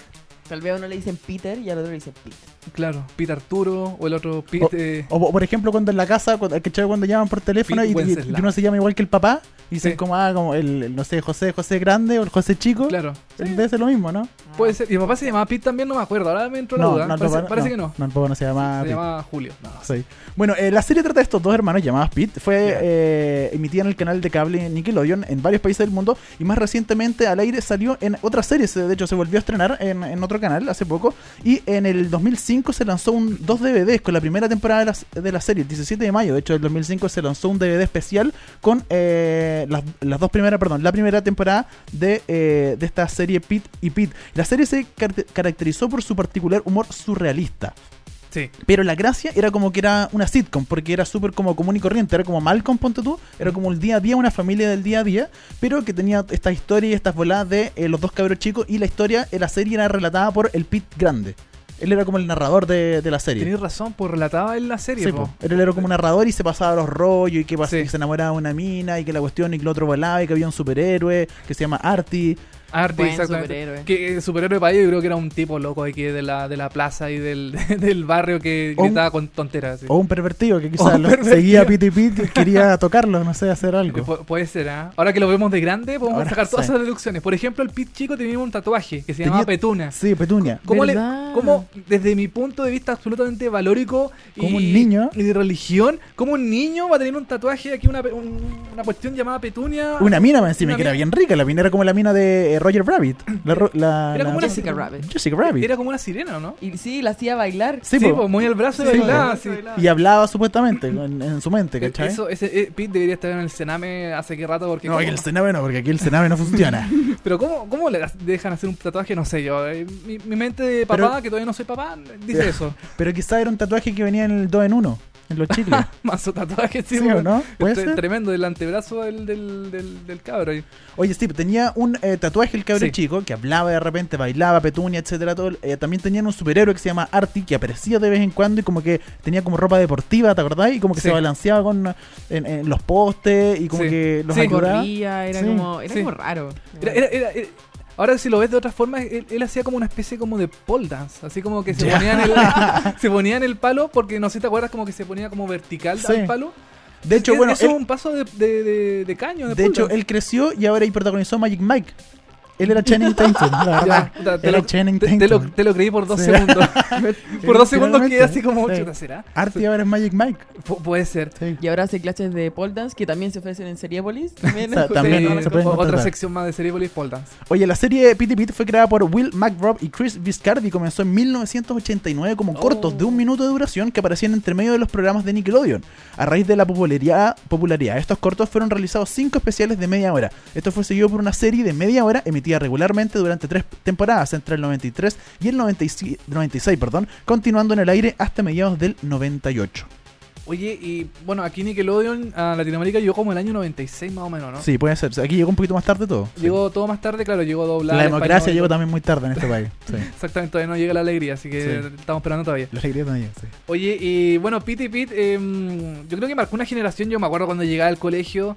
Tal vez a uno le dicen Peter y al otro le dicen Pete. Claro, Pete Arturo o el otro O, Pete... eh, o, por ejemplo, cuando en la casa, cuando, ¿cachai? Cuando llaman por teléfono Pete y, y- y Wenceslao. uno se llama igual que el papá, y dicen Sí. como, ah, como el, el, no sé, José, José Grande o el José Chico. claro. Debe ser lo mismo, ¿no? Puede ser. Y mi papá se llamaba Pete también, no me acuerdo. Ahora me entró la duda. el parece papá- parece que no. No, el papá no se llama Se Pete. llamaba Julio. No. Sí. Bueno, eh, la serie trata de estos dos hermanos llamados Pete. Fue Ya. eh, emitida en el canal de cable Nickelodeon en varios países del mundo y más recientemente al aire salió en otras series. De hecho, se volvió a estrenar en, en otro canal hace poco. Y en el dos mil cinco se lanzó un, dos D V Ds con la primera temporada de la, de la serie. El diecisiete de mayo, de hecho, del dos mil cinco se lanzó un D V D especial con eh, las, las dos primeras, perdón, la primera temporada de, eh, de esta serie Pete y Pete. La serie se car- caracterizó por su particular humor surrealista. Sí. Pero la gracia era como que era una sitcom, porque era súper como común y corriente, era como Malcolm, ponte tú, era como el día a día, una familia del día a día, pero que tenía estas historias y estas voladas de eh, los dos cabros chicos, y la historia en la serie era relatada por el Pete grande. Él era como el narrador de, de la serie. Tenías razón, pues relataba en la serie. Sí, po. po. Él era como narrador y se pasaba los rollos y que, pas- Sí. que se enamoraba de una mina y que la cuestión y que el otro volaba y que había un superhéroe que se llama Artie. Arte, Buen exactamente. superhéroe. Que el superhéroe para ellos yo creo que era un tipo loco aquí de la, de la plaza y del, del barrio que O un- gritaba con tonteras. sí. O un pervertido que O quizás un lo- pervertido. seguía a Pete y Pete y quería tocarlo, no sé, hacer Eh, algo. pu- puede ser, ¿ah? Ahora que lo vemos de grande, podemos Ahora sacar todas sí. esas deducciones. Por ejemplo, el Pete chico tenía un tatuaje que se Tenía- llamaba Petuna. Sí, Petunia. ¿Cómo, le, ¿Verdad? cómo, desde mi punto de vista absolutamente valórico y, Como un niño. y de religión, como un niño va a tener un tatuaje aquí, una, pe- un- una cuestión llamada Petunia? Una mina más encima Una que era mina- bien rica. La mina era como la mina de eh, Roger Rabbit. La, ro- la- Era la- como una Jessica Rabbit. Jessica Rabbit. Era como una sirena, ¿o ¿no? Y sí, la hacía bailar. Sí, Sí, po. pues muy al brazo y Sí, bailaba. po. sí. Y hablaba supuestamente en, en su mente, ¿cachai? Eso, ese eh, Pete debería estar en el Sename hace qué rato porque... No, ¿cómo- que el Sename no, porque aquí el Sename no funciona. Pero ¿cómo, cómo le das- dejan hacer un tatuaje? No sé yo. eh, Mi, mi mente de papá, Pero- que todavía no soy papá, dice eso. Pero quizá era un tatuaje que venía en el dos en uno, en los chicles. Mazo tatuaje, sí, ¿Sí po. o no? ¿Puede Tre- ser? Tremendo, del antebrazo del, del, del, del cabro ahí. Oye, Steve, tenía un eh, tatuaje el cabrón Sí. chico que hablaba de repente, bailaba, petunia, etcétera, todo. Eh, también tenían un superhéroe que se llama Artie que aparecía de vez en cuando y como que tenía como ropa deportiva, ¿te acordás? Y como que Sí. se balanceaba con en, en los postes y como Sí. que los Sí. ayudaba. Corría, era Sí. como era Sí. como raro. Era, era, era- era- ahora si lo ves de otra forma, él, él hacía como una especie como de pole dance, así como que se Ya. ponía en el se ponía en el palo, porque no sé si te acuerdas, como que se ponía como vertical Sí. al palo. De hecho, Es- bueno, eso él- es un paso de, de, de, de caño. De, de pole hecho, dance. él creció y ahora ahí protagonizó Magic Mike. Él era Channing Tatum, la verdad. Ya, puta, te, Era lo, Channing te, te lo, Tatum. te lo creí por dos Sí. segundos. por dos segundos Literalmente, quedé así como, sí. chuta, ¿será? Artie ahora es Magic Mike. Pu- puede ser. Sí. Y ahora hace clases de pole dance que también se ofrecen en Seriepolis. También, O sea, también Sí, se pueden o- otra contratar. sección más de Seriepolis pole dance. Oye, la serie Pete y Pete fue creada por Will McRobb y Chris Viscardi y comenzó en mil novecientos ochenta y nueve como Oh. cortos de un minuto de duración que aparecían entre medio de los programas de Nickelodeon. A raíz de la popularidad, popularidad de estos cortos fueron realizados cinco especiales de media hora. Esto fue seguido por una serie de media hora emitida regularmente durante tres temporadas entre el noventa y tres y el noventa y seis, perdón, continuando en el aire hasta mediados del noventa y ocho. Oye, y bueno, aquí Nickelodeon a Latinoamérica llegó como el año noventa y seis más o menos, ¿no? Sí, puede ser. Aquí llegó un poquito más tarde todo. Sí. Llegó todo más tarde, claro, llegó doblado. La al democracia español. llegó también muy tarde en este país. Sí. Exactamente, todavía no llega la alegría, así que Sí. estamos esperando todavía. La alegría también, sí. Oye, y bueno, Pete y Pete, em, yo creo que marcó una generación. Yo me acuerdo cuando llegaba al colegio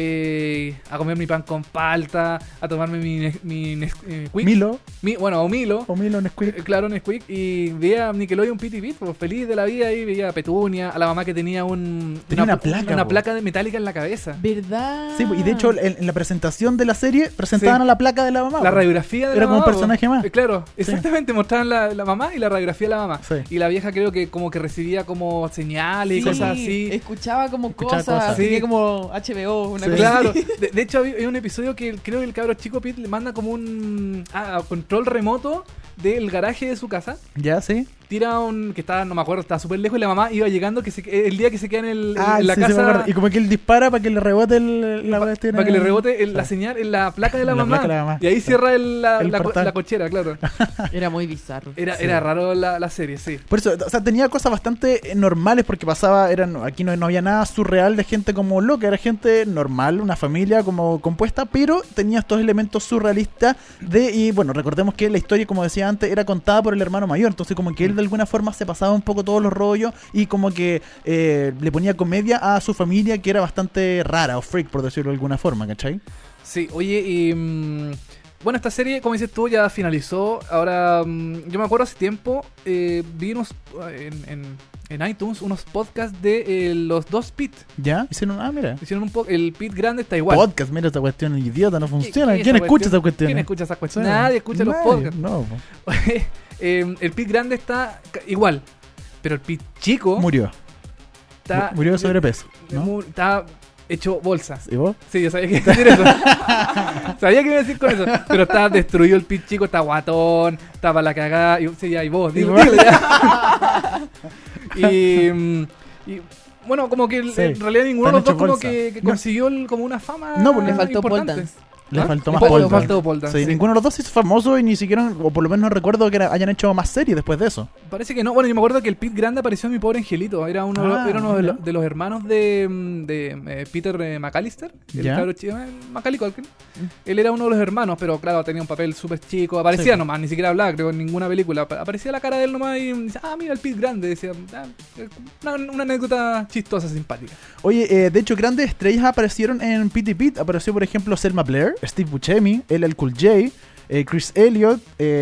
eh, a comer mi pan con palta, a tomarme mi, ne- mi Nesquik. Milo Mi- bueno, o Milo. o Milo Eh, Nesquik. Claro, Nesquik. Y veía a Nickelodeon Pete y Pete, pues, feliz de la vida. Y veía a Petunia, a la mamá que tenía un Tenía una placa, una po. placa de metálica en la cabeza. ¿Verdad? Sí, y de hecho en, en la presentación de la serie presentaban Sí. a la placa de la mamá. La po. radiografía de Era la como un mamá, personaje po. más. Eh, Claro, exactamente, mostraban la, la mamá y la radiografía de la mamá. Sí. Y la vieja creo que como que recibía como señales y Sí, cosas así. Escuchaba como Escuchaba cosas, cosas. tenía Sí. como H B O, una Sí. cosa Claro, así. de, de hecho hay hay un episodio que creo que el cabro chico Pete le manda como un ah, control remoto del garaje de su casa. Ya, sí. Tira un que está, no me acuerdo, estaba súper lejos y la mamá iba llegando que se, el día que se queda en, el, Ah, en la sí, sí, me casa acuerdo. Y como que él dispara para que le rebote el, la para cuestión. que le rebote el- la Sí. señal en la placa de la, La mamá, placa de la mamá. y ahí Sí. cierra el- la, El la co- portal. la cochera, claro. Era muy bizarro. Era, Sí. era raro la, la serie, sí. Por eso, o sea, tenía cosas bastante eh, normales porque pasaba, eran aquí no, no había nada surreal de gente como loca, era gente normal, una familia como compuesta, pero tenía estos elementos surrealistas de, y bueno, recordemos que la historia, como decía antes, era contada por el hermano mayor, entonces como que él de alguna forma se pasaba un poco todos los rollos y como que eh, le ponía comedia a su familia que era bastante rara o freak, por decirlo de alguna forma, ¿cachai? Sí, oye, y mm, bueno, esta serie, como dices tú, ya finalizó. Ahora, mm, yo me acuerdo hace tiempo, eh, vi unos en, en, en iTunes unos podcasts de eh, los dos Pete. ¿Ya? Hicieron, ah, mira. Hicieron un po el Pete grande está igual. Podcast, mira, esta cuestión idiota, no funciona. ¿Qué- qué ¿Quién es esa escucha esa cuestión? cuestión? ¿Quién escucha esa cuestión? Sí. Nadie escucha los Nadie, podcasts. No, po. eh, el Pete grande está ca- igual, pero el Pete chico Murió. está, Mu- Murió de sobrepeso, ¿no? mu- está hecho bolsas. ¿Y vos? Sí, yo sabía que iba a decir eso. Sabía que iba a decir con eso. Pero está destruido el Pete chico, está guatón, estaba la cagada. Y, sí, ya, y vos, dilo, vos? dilo ya. y, mm, y bueno, como que el- Sí. en realidad ninguno de Están los dos hechos como bolsa. que, que No. consiguió el- como una fama. No, porque le faltó pole importante. dance. Le ¿Ah? faltó Le más faltó- pole le dance. faltó pole dance, Sí, sí. ninguno de los dos se hizo famoso y ni siquiera, o por lo menos no recuerdo que era- hayan hecho más series después de eso. Parece que no. Bueno, yo me acuerdo que el Pete grande apareció en Mi Pobre Angelito. Era uno, Ah, era uno de, mira. los, de los hermanos de, mm, de eh, Peter eh, McAllister. El Ya. cabro chico, eh, Macaulay Culkin. Él era uno de los hermanos, pero claro, tenía un papel súper chico. Aparecía Sí. nomás, ni siquiera hablaba, creo, en ninguna película. Apa- Aparecía la cara de él nomás y dice, ah, mira el Pete grande. Decía, ah, eh, una, una anécdota chistosa, simpática. Oye, eh, de hecho, grandes estrellas aparecieron en Pete Pete. Apareció, por ejemplo, Selma Blair, Steve Buscemi, L L Cool J, eh, Chris Elliott,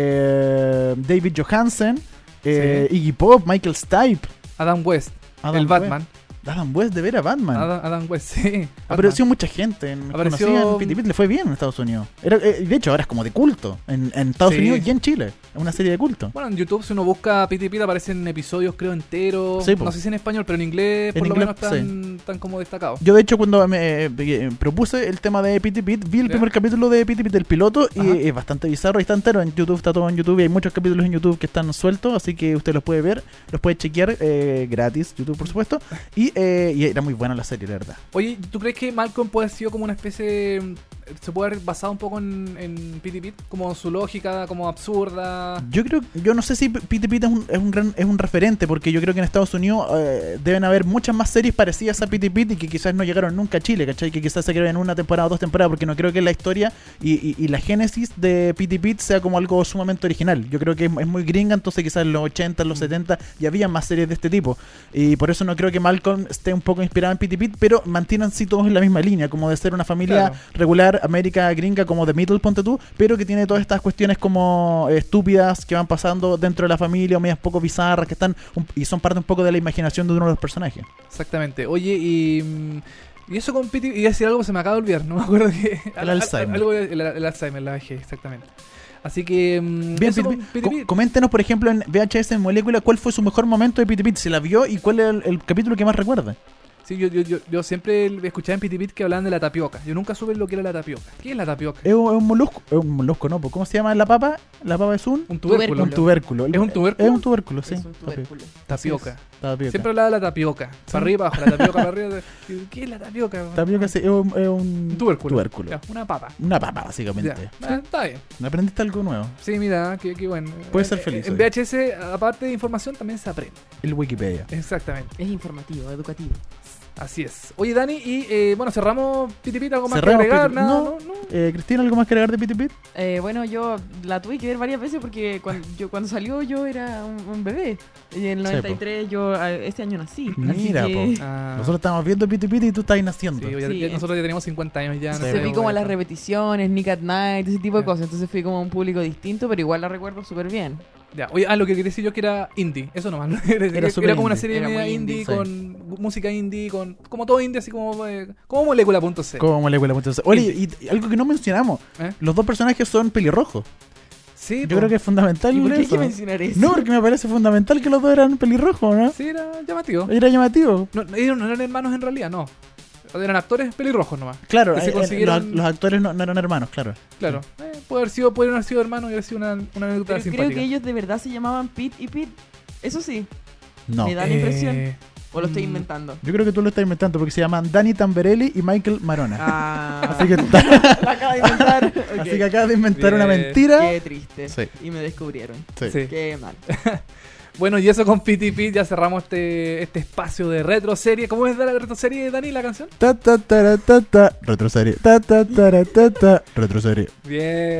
eh, David Johansen, eh, Iggy Pop, Michael Stipe, Adam West, Adam el West. Batman. Adam West, de veras, Batman. Adam, Adam West, sí. Apareció mucha gente en, Apareció- conocida en Pete Pete, le fue bien en Estados Unidos. Era, eh, de hecho, ahora es como de culto en, en Estados Sí. Unidos y en Chile. Es una serie de culto. Bueno, en YouTube, si uno busca Pete Pete, aparecen episodios, creo, enteros. Sí, po. No sé si en español, pero en inglés, En por lo inglés, menos, están, están como destacados. Yo, de hecho, cuando me eh, eh, propuse el tema de Pete Pete, vi el ¿Ya? primer capítulo de Pete Pete, el piloto, y Ajá. es bastante bizarro y está entero. En YouTube está todo en YouTube y hay muchos capítulos en YouTube que están sueltos, así que usted los puede ver, los puede chequear eh, gratis, YouTube, por supuesto. Y, eh, y era muy buena la serie, la verdad. Oye, ¿tú crees que Malcolm puede haber sido como una especie... se puede haber basado un poco en, en Pete Pete? Como su lógica, como absurda... Yo creo, yo no sé si Pete Pete es un, es un gran, es un referente, porque yo creo que en Estados Unidos eh, deben haber muchas más series parecidas a Pete Pete y que quizás no llegaron nunca a Chile, ¿cachai? Que quizás se quedaron en una temporada o dos temporadas, porque no creo que la historia y, y, y la génesis de Pete Pete sea como algo sumamente original. Yo creo que es, es muy gringa, entonces quizás en los ochenta, en los setenta ya había más series de este tipo. Y por eso no creo que Malcolm esté un poco inspirado en Pete Pete, pero mantienen sí todos en la misma línea, como de ser una familia Claro. regular, América gringa, como The Middle, ponte tú, pero que tiene todas estas cuestiones como eh, estúpidas que van pasando dentro de la familia, o medias poco bizarras, que están un- y son parte un poco de la imaginación de uno de los personajes. Exactamente. Oye, y... mm, Y eso con Pete... Y decir algo se me acaba de olvidar, no me acuerdo que... El Alzheimer. Algo de- el, el Alzheimer, la vejez, exactamente. Así que... mm, Bien, eso Pete con Pete. Pete Co- Pete. coméntenos, por ejemplo, en V H S en Molécula, ¿cuál fue su mejor momento de Pete Pete? ¿Se la vio y cuál es el, el capítulo que más recuerda? Sí, yo, yo, yo, yo siempre escuchaba en Pete Pete que hablaban de la tapioca. Yo nunca supe lo que era la tapioca. ¿Qué es la tapioca? Es un, es un molusco, es un molusco, ¿no? ¿Cómo se llama la papa? ¿La papa es un? Un tubérculo. Un tubérculo. ¿Es un tubérculo? Es un tubérculo, sí. Es un tubérculo. Tapioca. Así es, tapioca. Siempre hablaba de la tapioca. Para arriba, para abajo, la tapioca para arriba. ¿Qué es la tapioca? Tapioca sí, es un, es un Un tubérculo. tubérculo. Ya, una papa. Una papa, Ya. básicamente. Ah, está bien. ¿Aprendiste algo nuevo? Sí, mira, qué, qué bueno. Puedes ser Eh, feliz En hoy. V H S, aparte de información, también se aprende. El Wikipedia. Exactamente. Es informativo, educativo. Así es. Oye, Dani, y eh, bueno, cerramos Piti Piti, algo más Cerramos que agregar, Piti- nada, no. ¿no? ¿no? Eh, Cristina, ¿algo más que agregar de Piti Pit? Eh, bueno, yo la tuve que ver varias veces porque cuando, yo, cuando salió yo era un, un bebé. Y en el Sí, noventa y tres yo a- este año nací. Mira, así que po. Ah, Nosotros estamos viendo Piti Pit y tú estás ahí naciendo. sí, ya- Sí, ya- es- nosotros ya tenemos cincuenta años ya. Sí, no entonces sé, vi como bueno, las repeticiones, Nick at Night, ese tipo de Ya. cosas. Entonces fui como a un público distinto, pero igual la recuerdo súper bien. Ya, oye, ah, lo que quería decir yo que era indie, eso nomás. ¿no? Era, era súper como una indie. serie Era media muy indie, indie, con música indie, con como todo indie, así como, eh, como molécula punto c. Como molécula. Entonces, oye, y, y algo que no mencionamos, ¿Eh? los dos personajes son pelirrojos. Sí, Yo po. creo que es fundamental ¿Y por qué hay eso. que mencionar eso? No, porque me parece fundamental que los dos eran pelirrojos, ¿no? Sí, era llamativo. Era llamativo. No, ellos no eran hermanos en realidad, no. Eran actores pelirrojos nomás. Claro, Que se eh, eh, consiguieron- los, los actores no, no eran hermanos, claro. Claro. Eh, puede haber sido, puede haber sido hermanos y haber sido una, una anécdota Pero simpática. creo que ellos de verdad se llamaban Pete y Pete. Eso sí. No. Me da la impresión. Eh, ¿O lo estoy mm, inventando? Yo creo que tú lo estás inventando porque se llaman Danny Tamberelli y Michael Marona. Ah, Así que, la acaba de inventar. Ok. así que acabas de inventar una Bien. mentira. Qué triste. Sí. Y me descubrieron. Sí. Sí. Qué mal. Bueno, y eso con P T P ya cerramos este, este espacio de retro serie. ¿Cómo es de la retro serie, Dani, la canción? Ta ta ta ta ta ta retroserie. Ta ta ta ta ta ta retroserie. Bien.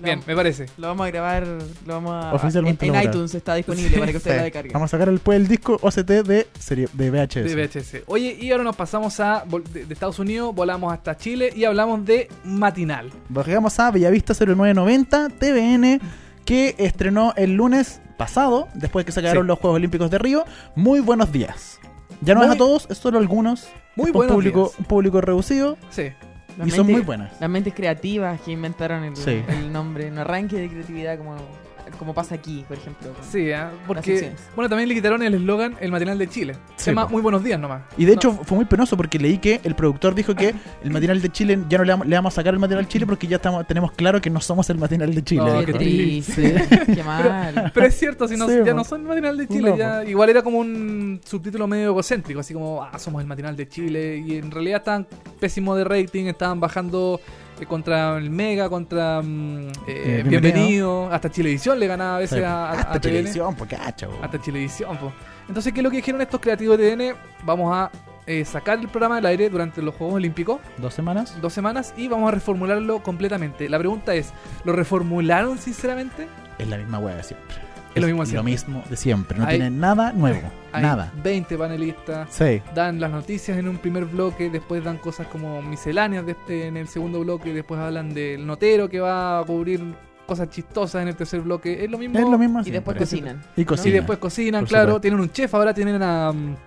Bien, me parece. Lo vamos a grabar, lo vamos a... Oficialmente En, en lo grabo. iTunes está disponible para que ustedes Sí. la descarguen. Vamos a sacar después el disco O C T de serie de V H S. De V H S. Oye, y ahora nos pasamos a vol- de, de Estados Unidos, volamos hasta Chile y hablamos de Matinal. Llegamos a Bellavista cero nueve noventa T V N, que estrenó el lunes pasado, después de que se acabaron Sí. los Juegos Olímpicos de Río. Muy buenos días. Ya no Muy- es a todos, es solo algunos. Muy un buenos público, días. un público reducido Sí. Las y son mentes- muy buenas. Las mentes creativas que inventaron el, Sí. el nombre, un arranque de creatividad como, como pasa aquí, por ejemplo. con- Sí, ¿eh? porque secciones. bueno, también le quitaron el eslogan El Matinal de Chile. Se Sí, llama po. Muy buenos días nomás. Y de No, hecho fue muy penoso porque leí que el productor dijo que el matinal de Chile ya no le vamos, le vamos a sacar el matinal Chile porque ya estamos, tenemos claro que no somos el matinal de Chile. No, dijo. Qué qué triste, qué mal. pero es cierto, si no, Sí, ya po. no son el Matinal de Chile, No, ya, igual era como un subtítulo medio egocéntrico, así como, ah, somos el Matinal de Chile, y en realidad estaban pésimos de rating, estaban bajando eh, contra el Mega, contra mm, eh, Eh, Bienvenido. Bienvenido. hasta Chilevisión le ganaba a veces Sí, a, a, hasta a T V N. televisión, pues cacha, po. Hasta Chilevisión, po. Entonces, ¿qué es lo que dijeron estos creativos de T V N? Vamos a eh, sacar el programa del aire durante los Juegos Olímpicos, ¿Dos semanas? dos semanas, y vamos a reformularlo completamente. La pregunta es, ¿lo reformularon sinceramente? Es la misma hueá de siempre. Es lo mismo de siempre. mismo de siempre. No Hay- tiene nada nuevo. Hay Nada. veinte panelistas, Sí. dan las noticias en un primer bloque, después dan cosas como misceláneas de- en el segundo bloque, después hablan del notero que va a cubrir cosas chistosas en el tercer bloque. Es lo mismo. Es lo mismo Y después siempre. cocinan. Y Y cocina. después cocinan, Por claro. supuesto. Tienen un chef, ahora tienen a,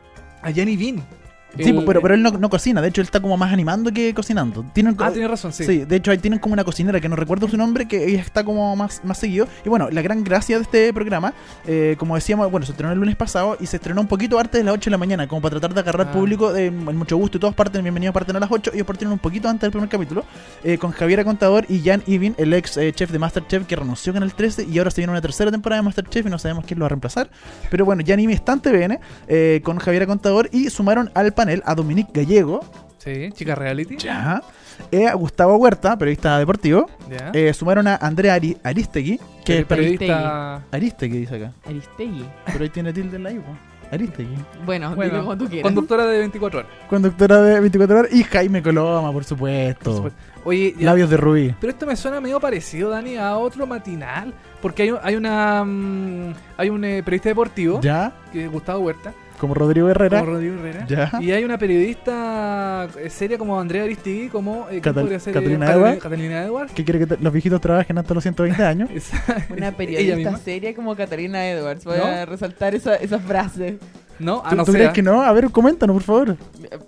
a Jenny Bean. Sí, El- pero, pero él no, no cocina. De hecho, él está como más animando que cocinando. Tienen, Ah, tiene razón, sí. Sí, de hecho ahí tienen como una cocinera que no recuerdo su nombre, que ella está como más, más seguido. Y bueno, la gran gracia de este programa, eh, como decíamos, bueno, se estrenó el lunes pasado y se estrenó un poquito antes de las ocho de la mañana, como para tratar de agarrar Ah. público, de mucho gusto, y todos parten, bienvenidos parten a las ocho, ellos partieron un poquito antes del primer capítulo, eh, con Javiera Contador y Jan Evin, el ex eh, chef de MasterChef que renunció en el trece y ahora se viene una tercera temporada de MasterChef y no sabemos quién lo va a reemplazar. Pero bueno, Jan Evin está en T V N eh, con Javiera Contador y sumaron al panel a Dominique Gallego, Sí, chica reality. ya, eh, a Gustavo Huerta, periodista deportivo. Ya. Eh, sumaron a Andrea Ari- Aristegui, que el es peri- periodista. Aristegui dice acá, Aristegui. pero ahí tiene tilde en la I, po. Aristegui, Bueno, Bueno, dilo como tú quieras. Conductora de veinticuatro horas. conductora de veinticuatro horas, y Jaime Coloma, por supuesto, Por supuesto. Oye, ya- Labios de Rubí. pero esto me suena medio parecido, Dani, a otro matinal. Porque hay, un- hay una. mm, hay un eh, periodista deportivo, Ya, que es Gustavo Huerta, como Rodrigo Herrera. como Rodrigo Herrera. Ya. Y hay una periodista eh, seria como Andrea Aristigui, como. Eh, ¿quién Catal- podría ser? Catalina Eh, Edwards. Catalina Edwards. ¿Qué quiere que te- los viejitos trabajen hasta los ciento veinte años? Esa- Una ella periodista misma. seria como Catalina Edwards. Voy ¿No? a resaltar esa, esa frase. ¿No? Ah, ¿Tú, no tú sé. crees que no? A ver, coméntanos, por favor.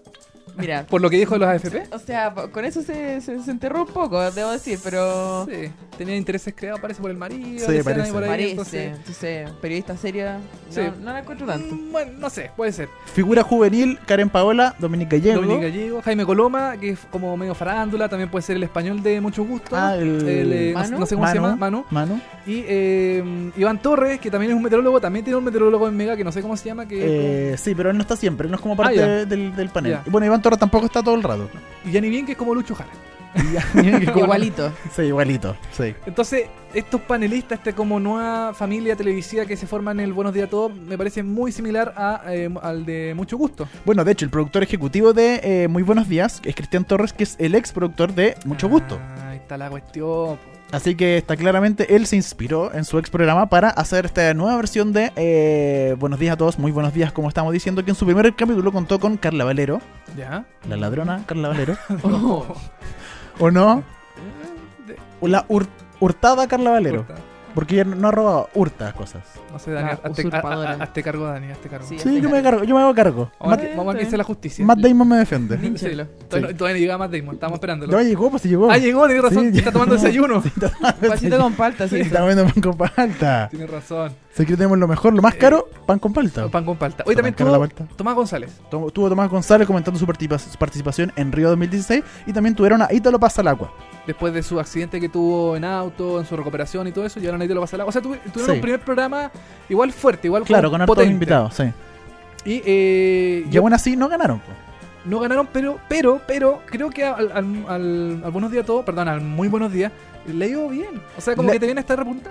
Mira, Por lo que dijo de los A F P. o sea, con eso se, se, se enterró un poco, debo decir, pero... Sí, tenía intereses creados, parece, por el marido. Sí, decían parece. ahí por ahí, Parece, entonces- entonces, periodista seria, no, Sí. no la encuentro tanto. Mm, Bueno, no sé, puede ser. Figura juvenil, Karen Paola, Dominique Gallego. Dominique Gallego, Jaime Coloma, que es como medio farándula, también puede ser el español de mucho gusto. Ah, el- eh, no- ¿Manu? no, sé cómo se Manu. llama, Manu. Manu. Y eh, Iván Torres, que también es un meteorólogo, también tiene un meteorólogo en Mega, que no sé cómo se llama, que Eh, sí, pero él no está siempre, él no es como parte Ah, ya. de- del, del panel. Ya. Y bueno, Iván Torres tampoco está todo el rato. y Gianni Bien, que es como Lucho Jara. Y ya- que como- Igualito. Sí, igualito, sí. Entonces, estos panelistas, esta como nueva familia televisiva que se forma en el Buenos Días a Todos, me parece muy similar a, eh, al de Mucho Gusto. Bueno, de hecho, el productor ejecutivo de eh, Muy Buenos Días es Cristian Torres, que es el ex productor de Mucho Gusto. Ah, ahí está la cuestión. Así que está claramente, él se inspiró en su ex programa para hacer esta nueva versión de eh, Buenos Días a Todos, Muy Buenos Días, como estamos diciendo, que en su primer capítulo contó con Carla Valero, ¿Ya? la ladrona Carla Valero, Oh. ¿o no? De- O la hur- hurtada Carla Valero, Puta. porque ella no ha robado, hurta cosas. No sé, Dani, La hazte, usurpadora. a- a- hazte cargo, Dani, hazte cargo. Sí. Sí, yo me, cargo, yo me hago cargo. Vamos, Matt, a, vamos a que hice la justicia. Matt Damon me defiende. Línchelo. Todavía, no- todavía no llega Matt Damon, estamos esperándolo. Ya llegó, pues si llegó. Ah, llegó, tienes razón, Sí, está tomando llegó. desayuno. Sí, está tomando Un vasito con palta, sí. Sí, está comiendo pan con palta. Tienes razón. Si aquí tenemos lo mejor, lo más caro, pan con palta. Pan con palta. Hoy también Pan cara la tuvo palta. Tomás González. Tu- Tuvo Tomás González comentando su partipa- su participación en Río dos mil dieciséis y también tuvieron a Ítalo Pasalacqua. Después de su accidente que tuvo en auto, en su recuperación y todo eso, llegaron ahí de lo pasar. O sea, tuvi- tuvieron Sí. un primer programa igual fuerte, igual Claro, como con hartos potente. invitados, sí. Y, eh, Y yo- aún así no ganaron. po. no ganaron, pero, pero, pero creo que al, al, al- al Buenos Días a Todos, perdón, al Muy Buenos Días, le dio bien. O sea, como Le- que te viene a estar repuntando.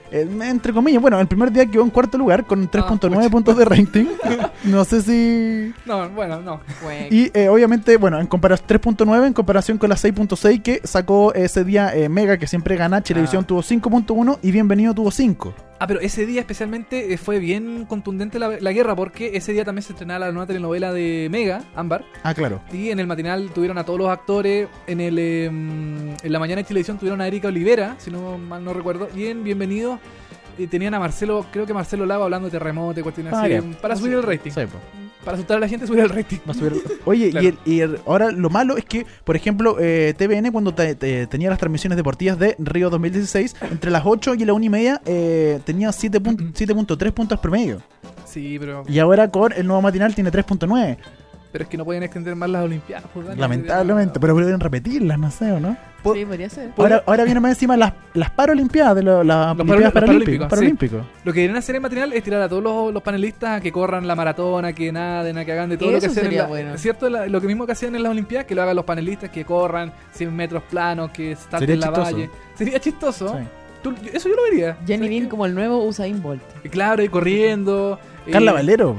eh, entre comillas, bueno, el primer día quedó en cuarto lugar con tres punto nueve pucha. puntos de rating. No sé si... No, bueno, no. Bueno. Y eh, obviamente, bueno, en comparación tres punto nueve en comparación con la seis punto seis que sacó ese día eh, Mega, que siempre gana. Chilevisión Ah. tuvo cinco punto uno y Bienvenido tuvo cinco. Ah, pero ese día especialmente eh, fue bien contundente la, la guerra, porque ese día también se estrenaba la nueva telenovela de Mega, Ámbar, Ah, claro. y en el matinal tuvieron a todos los actores, en el eh, en la mañana de Televisión tuvieron a Erika Olivera, si no mal no recuerdo, y en Bienvenido eh, tenían a Marcelo, creo que Marcelo Lava hablando de terremoto y cuestiones Ah, así, ya. eh, para subir el rating, Sí, po. para asustar a la gente, subir el rating. Va a subir- Oye, Claro. y, el- y el- ahora lo malo es que, por ejemplo, eh, T V N cuando te- te- tenía las transmisiones deportivas de Río dos mil dieciséis, entre las ocho y la una y media eh, tenía siete punto tres puntos promedio. Sí, pero, Y ahora con el nuevo matinal tiene tres punto nueve. pero es que no pueden extender más las Olimpiadas. Pues, Dani, Lamentablemente, sería- pero podrían repetirlas, no sé, ¿o no? po- Sí, podría ser. Ahora, ahora vienen más encima las, las Paralimpiadas, de lo- las Los Olimpiadas Paralí- los Paralímpicos. Paralímpicos, Paralímpicos. Lo que deberían hacer en matinal es tirar a todos los, los panelistas a que corran la maratona, que naden, a que hagan de todo lo que Eso hacen en sería la- bueno. ¿cierto? La- lo que mismo que hacían en las Olimpiadas, que lo hagan los panelistas, que corran cien metros planos, que Sería salten la chistoso. valle. Sería chistoso. Sí. Tú- yo- eso yo lo vería. Ya ni ¿Sabes bien qué? como el nuevo Usain Bolt. Y claro, y corriendo. Carla eh, Valero,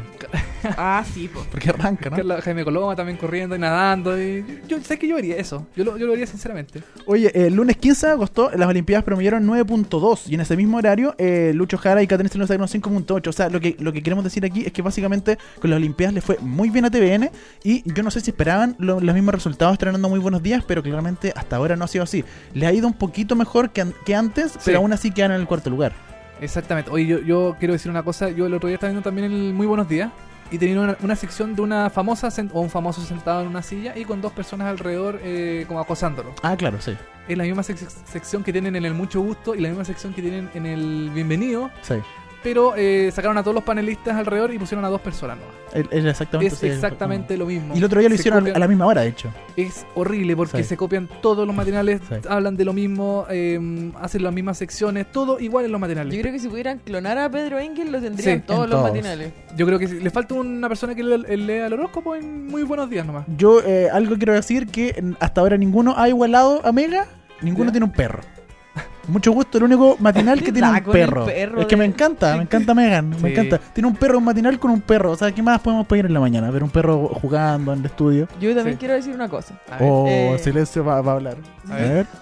Ah, sí, po. porque arranca, ¿no? Carla- Jaime Coloma también corriendo y nadando. Y yo, yo sé que yo vería eso. Yo lo, yo lo vería sinceramente. Oye, el lunes quince de agosto las Olimpiadas promediaron nueve punto dos y en ese mismo horario eh, Lucho Jara y Catherine Stellón sacaron cinco punto ocho. O sea, lo que, lo que queremos decir aquí es que básicamente con las Olimpiadas le fue muy bien a T V N y yo no sé si esperaban lo- los mismos resultados estrenando Muy Buenos Días, pero claramente hasta ahora no ha sido así. Le ha ido un poquito mejor que, an- que antes, pero aún así quedan en el cuarto lugar. Exactamente. Oye, yo, yo quiero decir una cosa. Yo el otro día estaba viendo también el Muy Buenos Días. Y tenía una, una sección de una famosa sen- o un famoso sentado en una silla y con dos personas alrededor eh, como acosándolo. Ah, claro, sí. Es la misma sec- sección que tienen en el Mucho Gusto y la misma sección que tienen en el Bienvenido. Sí. Pero eh, sacaron a todos los panelistas alrededor y pusieron a dos personas nuevas. Es, es exactamente, Es sí, exactamente lo mismo. Y el otro día lo Se hicieron copian- a la misma hora, de hecho. Es horrible porque Sí. se copian todos los matinales, Sí. hablan de lo mismo, eh, hacen las mismas secciones, todo igual en los matinales. Yo creo que si pudieran clonar a Pedro Engel, lo tendrían Sí, todos en los todos. matinales. Yo creo que sí. Le falta una persona que le, le- lea el horóscopo en Muy Buenos Días nomás. Yo eh, algo quiero decir que mm, hasta ahora ninguno ha igualado a Mega, ninguno ¿Ya? tiene un perro. Mucho gusto, el único matinal que ¿Qué tiene da un con el perro. perro Es que de- me encanta, me encanta Megan, Sí. me encanta. Tiene un perro, un matinal con un perro. O sea, ¿qué más podemos pedir en la mañana? Ver un perro jugando en el estudio. Yo también Sí. quiero decir una cosa. A ver. O eh, silencio va, va a hablar. A A ver. ver.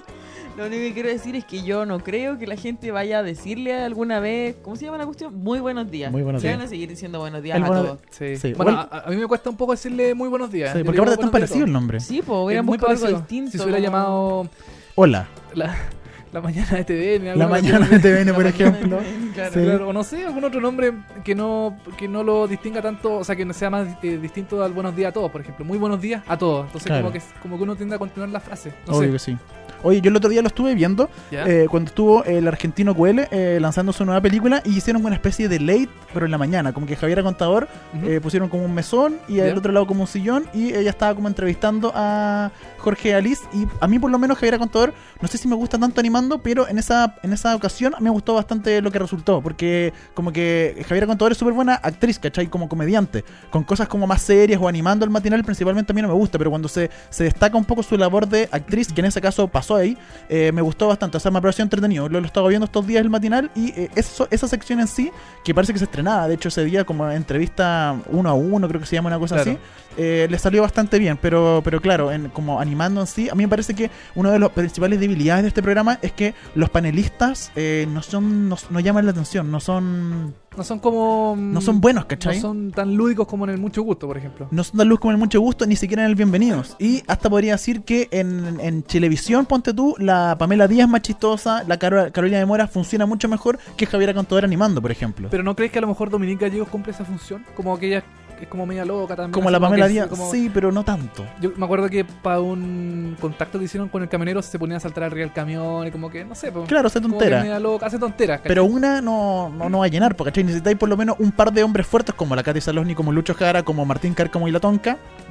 Lo único que quiero decir es que yo no creo que la gente vaya a decirle alguna vez, ¿cómo se llama la cuestión? Muy buenos días. Muy buenos Se días. van a seguir diciendo buenos días El a bueno- todos. Sí. Sí. Bueno, Bueno, a, a mí me cuesta un poco decirle Muy Buenos Días. Sí, Yo porque digo ahora es tan buenos días a parecido el todos. nombre. Sí, pues Es hubieran muy buscado algo parecido. distinto. Si se hubiera como- llamado Hola. la, la mañana de T V N. La alguna mañana cuestión de T V N, La por mañana, ejemplo. claro. Sí. Claro, o no sé, algún otro nombre que no que no lo distinga tanto, o sea, que no sea más eh, distinto al buenos días a todos, por ejemplo. Muy buenos días a todos. Entonces, Claro. como que como que uno tiende a continuar la frase. No Obvio sé. que sí. Oye, yo el otro día lo estuve viendo ¿Ya? eh, cuando estuvo el argentino Cuele eh, lanzando su nueva película y hicieron una especie de late, pero en la mañana. Como que Javier Contador Ujú. eh, pusieron como un mesón y Ya. al otro lado como un sillón y ella estaba como entrevistando a Jorge Alice y a mí por lo menos Javier Contador no sé si me gusta tanto animando, pero en esa en esa ocasión me gustó bastante lo que resultó porque como que Javier Contador es súper buena actriz, ¿cachai? Como comediante, con cosas como más serias o animando el matinal principalmente a mí no me gusta, pero cuando se, se destaca un poco su labor de actriz, que en ese caso pasó ahí, eh, me gustó bastante, o sea, me pareció entretenido, lo, lo estaba viendo estos días el matinal y eh, eso, esa sección en sí, que parece que se estrenaba, de hecho ese día como entrevista uno a uno, creo que se llama una cosa Claro. así, eh, le salió bastante bien, pero pero claro, en, como animando en sí, a mí me parece que una de las principales debilidades de este programa es que los panelistas eh, no son no, no llaman la atención, no son No son como. no son buenos, ¿cachai? No son tan lúdicos como en el Mucho Gusto, por ejemplo. No son tan luz como en Mucho Gusto, ni siquiera en el Bienvenidos. Y hasta podría decir que en, en Chilevisión, ponte tú, la Pamela Díaz más chistosa, la Caro- Carolina de Mora funciona mucho mejor que Javiera Contador animando, por ejemplo. Pero ¿no crees que a lo mejor Dominique Gallegos cumple esa función? Como que ella es como media loca también. como así la Pamela que Díaz, como- sí, pero no tanto. Yo me acuerdo que para un contacto que hicieron con el camionero se ponía a saltar arriba del camión y como que, no sé, pues, Claro, hace como que tontera. media loca, hace tonteras. ¿cachai? Pero una no, no, no va a llenar, porque ¿cachai? Necesitáis por lo menos un par de hombres fuertes como la Katy Salosni, como Lucho Jara, como Martín Cárcamo y la Tonka, ¿Ya?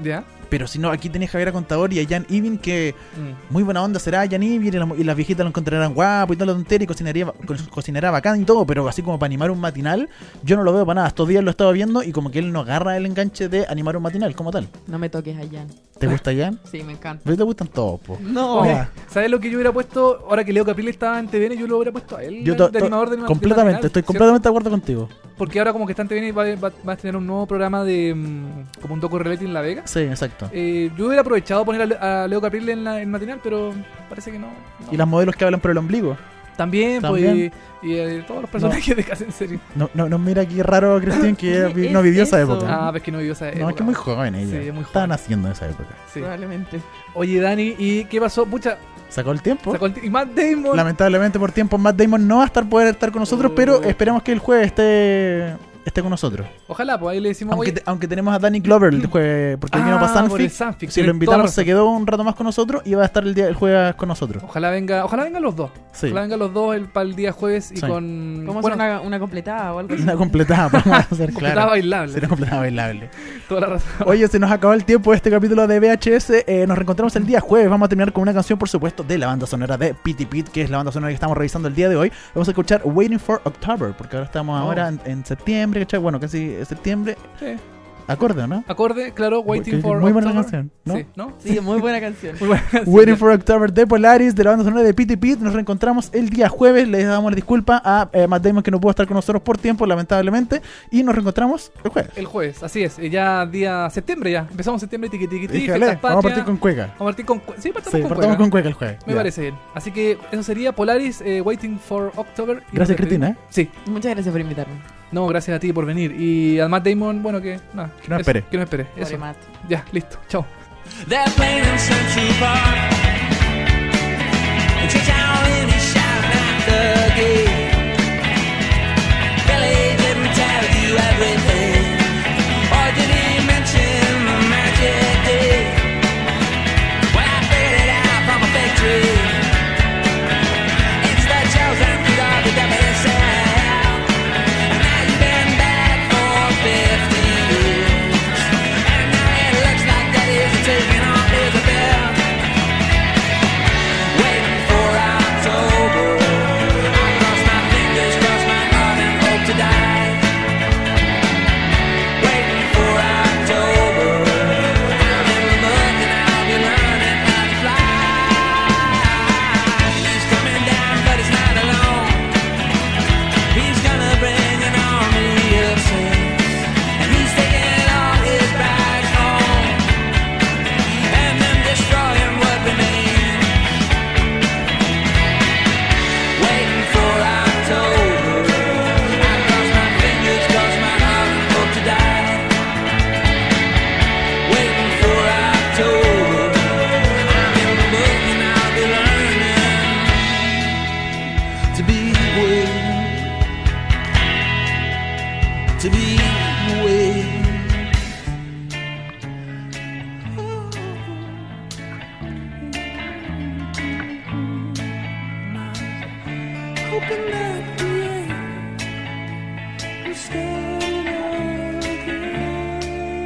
pero si no, aquí tenés a Javier a Contador y a Jan Ivin, que Mm. muy buena onda será Jan Ivin, y, la- y las viejitas lo encontrarán guapo y toda la tontería, y cocinaría, co- cocinará bacán y todo, pero así como para animar un matinal, yo no lo veo para nada. Estos días lo estaba viendo y como que él no agarra el enganche de animar un matinal como tal. No me toques a Jan. ¿Te gusta Jan? Sí, me encanta. A mí te gustan todos, po. No. Oye, Ah. ¿sabes lo que yo hubiera puesto? Ahora que Leo Capriles estaba en T V N, yo lo hubiera puesto a él. Yo de to- to- animador de anima- de completamente, matinal, estoy ¿cierto? completamente de acuerdo contigo. Porque ahora como que está en T V N y va, va- va a tener un nuevo programa de mm, como un docu reality en La Vega. Sí, exacto. Eh, yo hubiera aprovechado poner a, Le- a Leo Capriles en la en matinal, pero parece que no. no. Y las modelos que hablan por el ombligo. También, También. pues, y, y, eh, todos los personajes de Casa en Serie. No, no, no mira aquí raro, Cristian, que ¿Qué vi- no es vivió esa eso? época. Ah, ves que no vivió esa No, época. es que es muy joven ella. Sí, es muy joven. Estaban haciendo en esa época. Sí. Probablemente. Oye, Dani, ¿y qué pasó? Pucha, Sacó el tiempo. sacó el t- y Matt Damon. Lamentablemente por tiempo Matt Damon no va a estar poder estar con nosotros, Oh. pero esperamos que el jueves esté esté con nosotros. Ojalá, pues ahí le decimos, Aunque, oye, te- aunque tenemos a Danny Glover el jueves, porque él vino Ah, para por el Sanfic. Sanfic, Si tienes lo toda la invitamos, razón. se quedó un rato más con nosotros y va a estar el día el jueves con nosotros. ojalá venga, ojalá vengan los dos. Sí. Ojalá vengan los dos el, para el día jueves y Sí. con ¿Cómo bueno, hacer una, una completada o algo así? Una completada, vamos a hacer completada claro. bailable. Será completada bailable. Toda la razón. Oye, se nos acabó el tiempo de este capítulo de V H S. Eh, nos reencontramos el día jueves. Vamos a terminar con una canción, por supuesto, de la banda sonora de Pity Pit, que es la banda sonora que estamos revisando el día de hoy. Vamos a escuchar Waiting for October, porque ahora estamos Oh. ahora en, en septiembre, ¿cachai? Bueno, casi septiembre. Sí. Acorde, ¿no? Acorde, claro, Waiting Porque for muy buena October. canción, ¿no? Sí, ¿no? Sí, muy buena canción. Muy buena canción. Waiting for October de Polaris, de la banda sonora de Pity Pit. Nos reencontramos el día jueves. Les damos la disculpa a eh, Matt Damon, que no pudo estar con nosotros por tiempo, lamentablemente. Y nos reencontramos el jueves. El jueves, así es. eh, Ya día septiembre ya. Empezamos septiembre, tiqui tiqui tiqui, Dígale, fiestas vamos a patrias. partir con Cueca. Vamos a partir con cue- Sí, partamos Sí, con partamos cueca. con Cueca el jueves. Me Ya. parece bien. Así que eso sería Polaris, eh, Waiting for October. Y Gracias, nos Cristina. despedimos. Sí. Muchas gracias por invitarme. No, gracias a ti por venir. Y a Matt Damon, bueno, que nada. Que no eso, espere. Que no espere. Eso. Pobre Matt. Ya, listo. Chao. They're playing in Central Park. And Churchill in his shouting at the gate. Billy didn't tell you everything, or did he mention the magic day? Well, I figured it out from a fig tree. It's the chosen fruit of the devil himself. And now you've been back for fifty years. And now it looks like that is taking off his bill. Waiting for October. I cross my fingers, cross my heart and hope to die. Waiting for October. I'm in the mud and I'll be learning how to fly. He's coming down, but he's not alone. He's gonna bring an army of saints, and he's taking all his brides home, and then destroying what remains. Waiting for October. I cross my fingers, cross my heart and hope to die. Waiting for October. I'm in the book and I'll be learning to be waiting, to be waiting. Hoping that the end will stand again.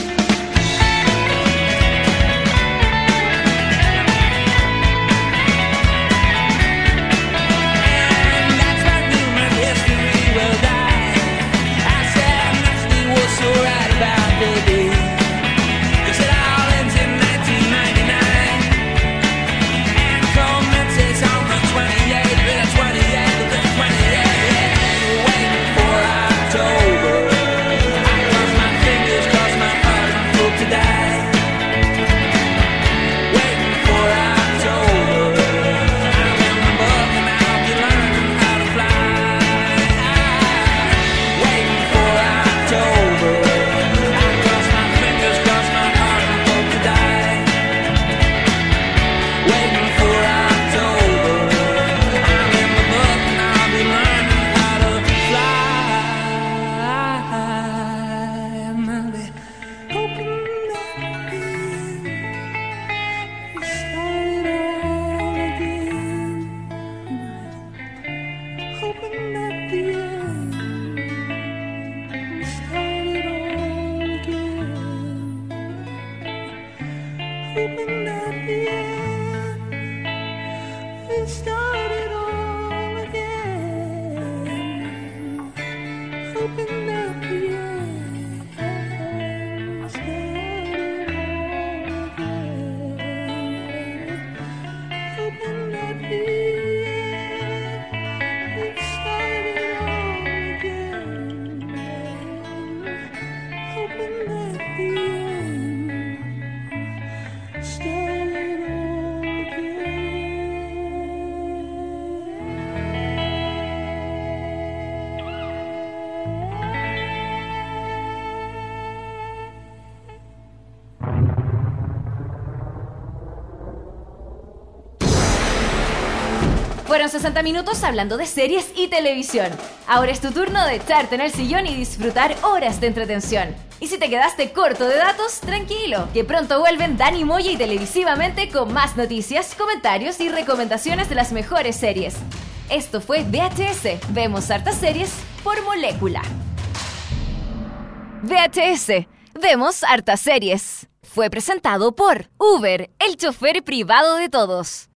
And that's when human history will die. I said nothing was so right about the day. 'Cause it all ends in nineteen ninety-nine. And commences on the twenty-eighth, the twenty-eighth, the twenty-eighth. hoping that the end will start it all again, hoping that the end will start it all again, hoping that the end will start it all again, hoping that the end start it all Fueron sesenta minutos hablando de series y televisión. Ahora es tu turno de echarte en el sillón y disfrutar horas de entretención. Y si te quedaste corto de datos, tranquilo, que pronto vuelven Dani Moya y Televisivamente con más noticias, comentarios y recomendaciones de las mejores series. Esto fue V H S, vemos hartas series por molécula. V H S, vemos hartas series. Fue presentado por Uber, el chofer privado de todos.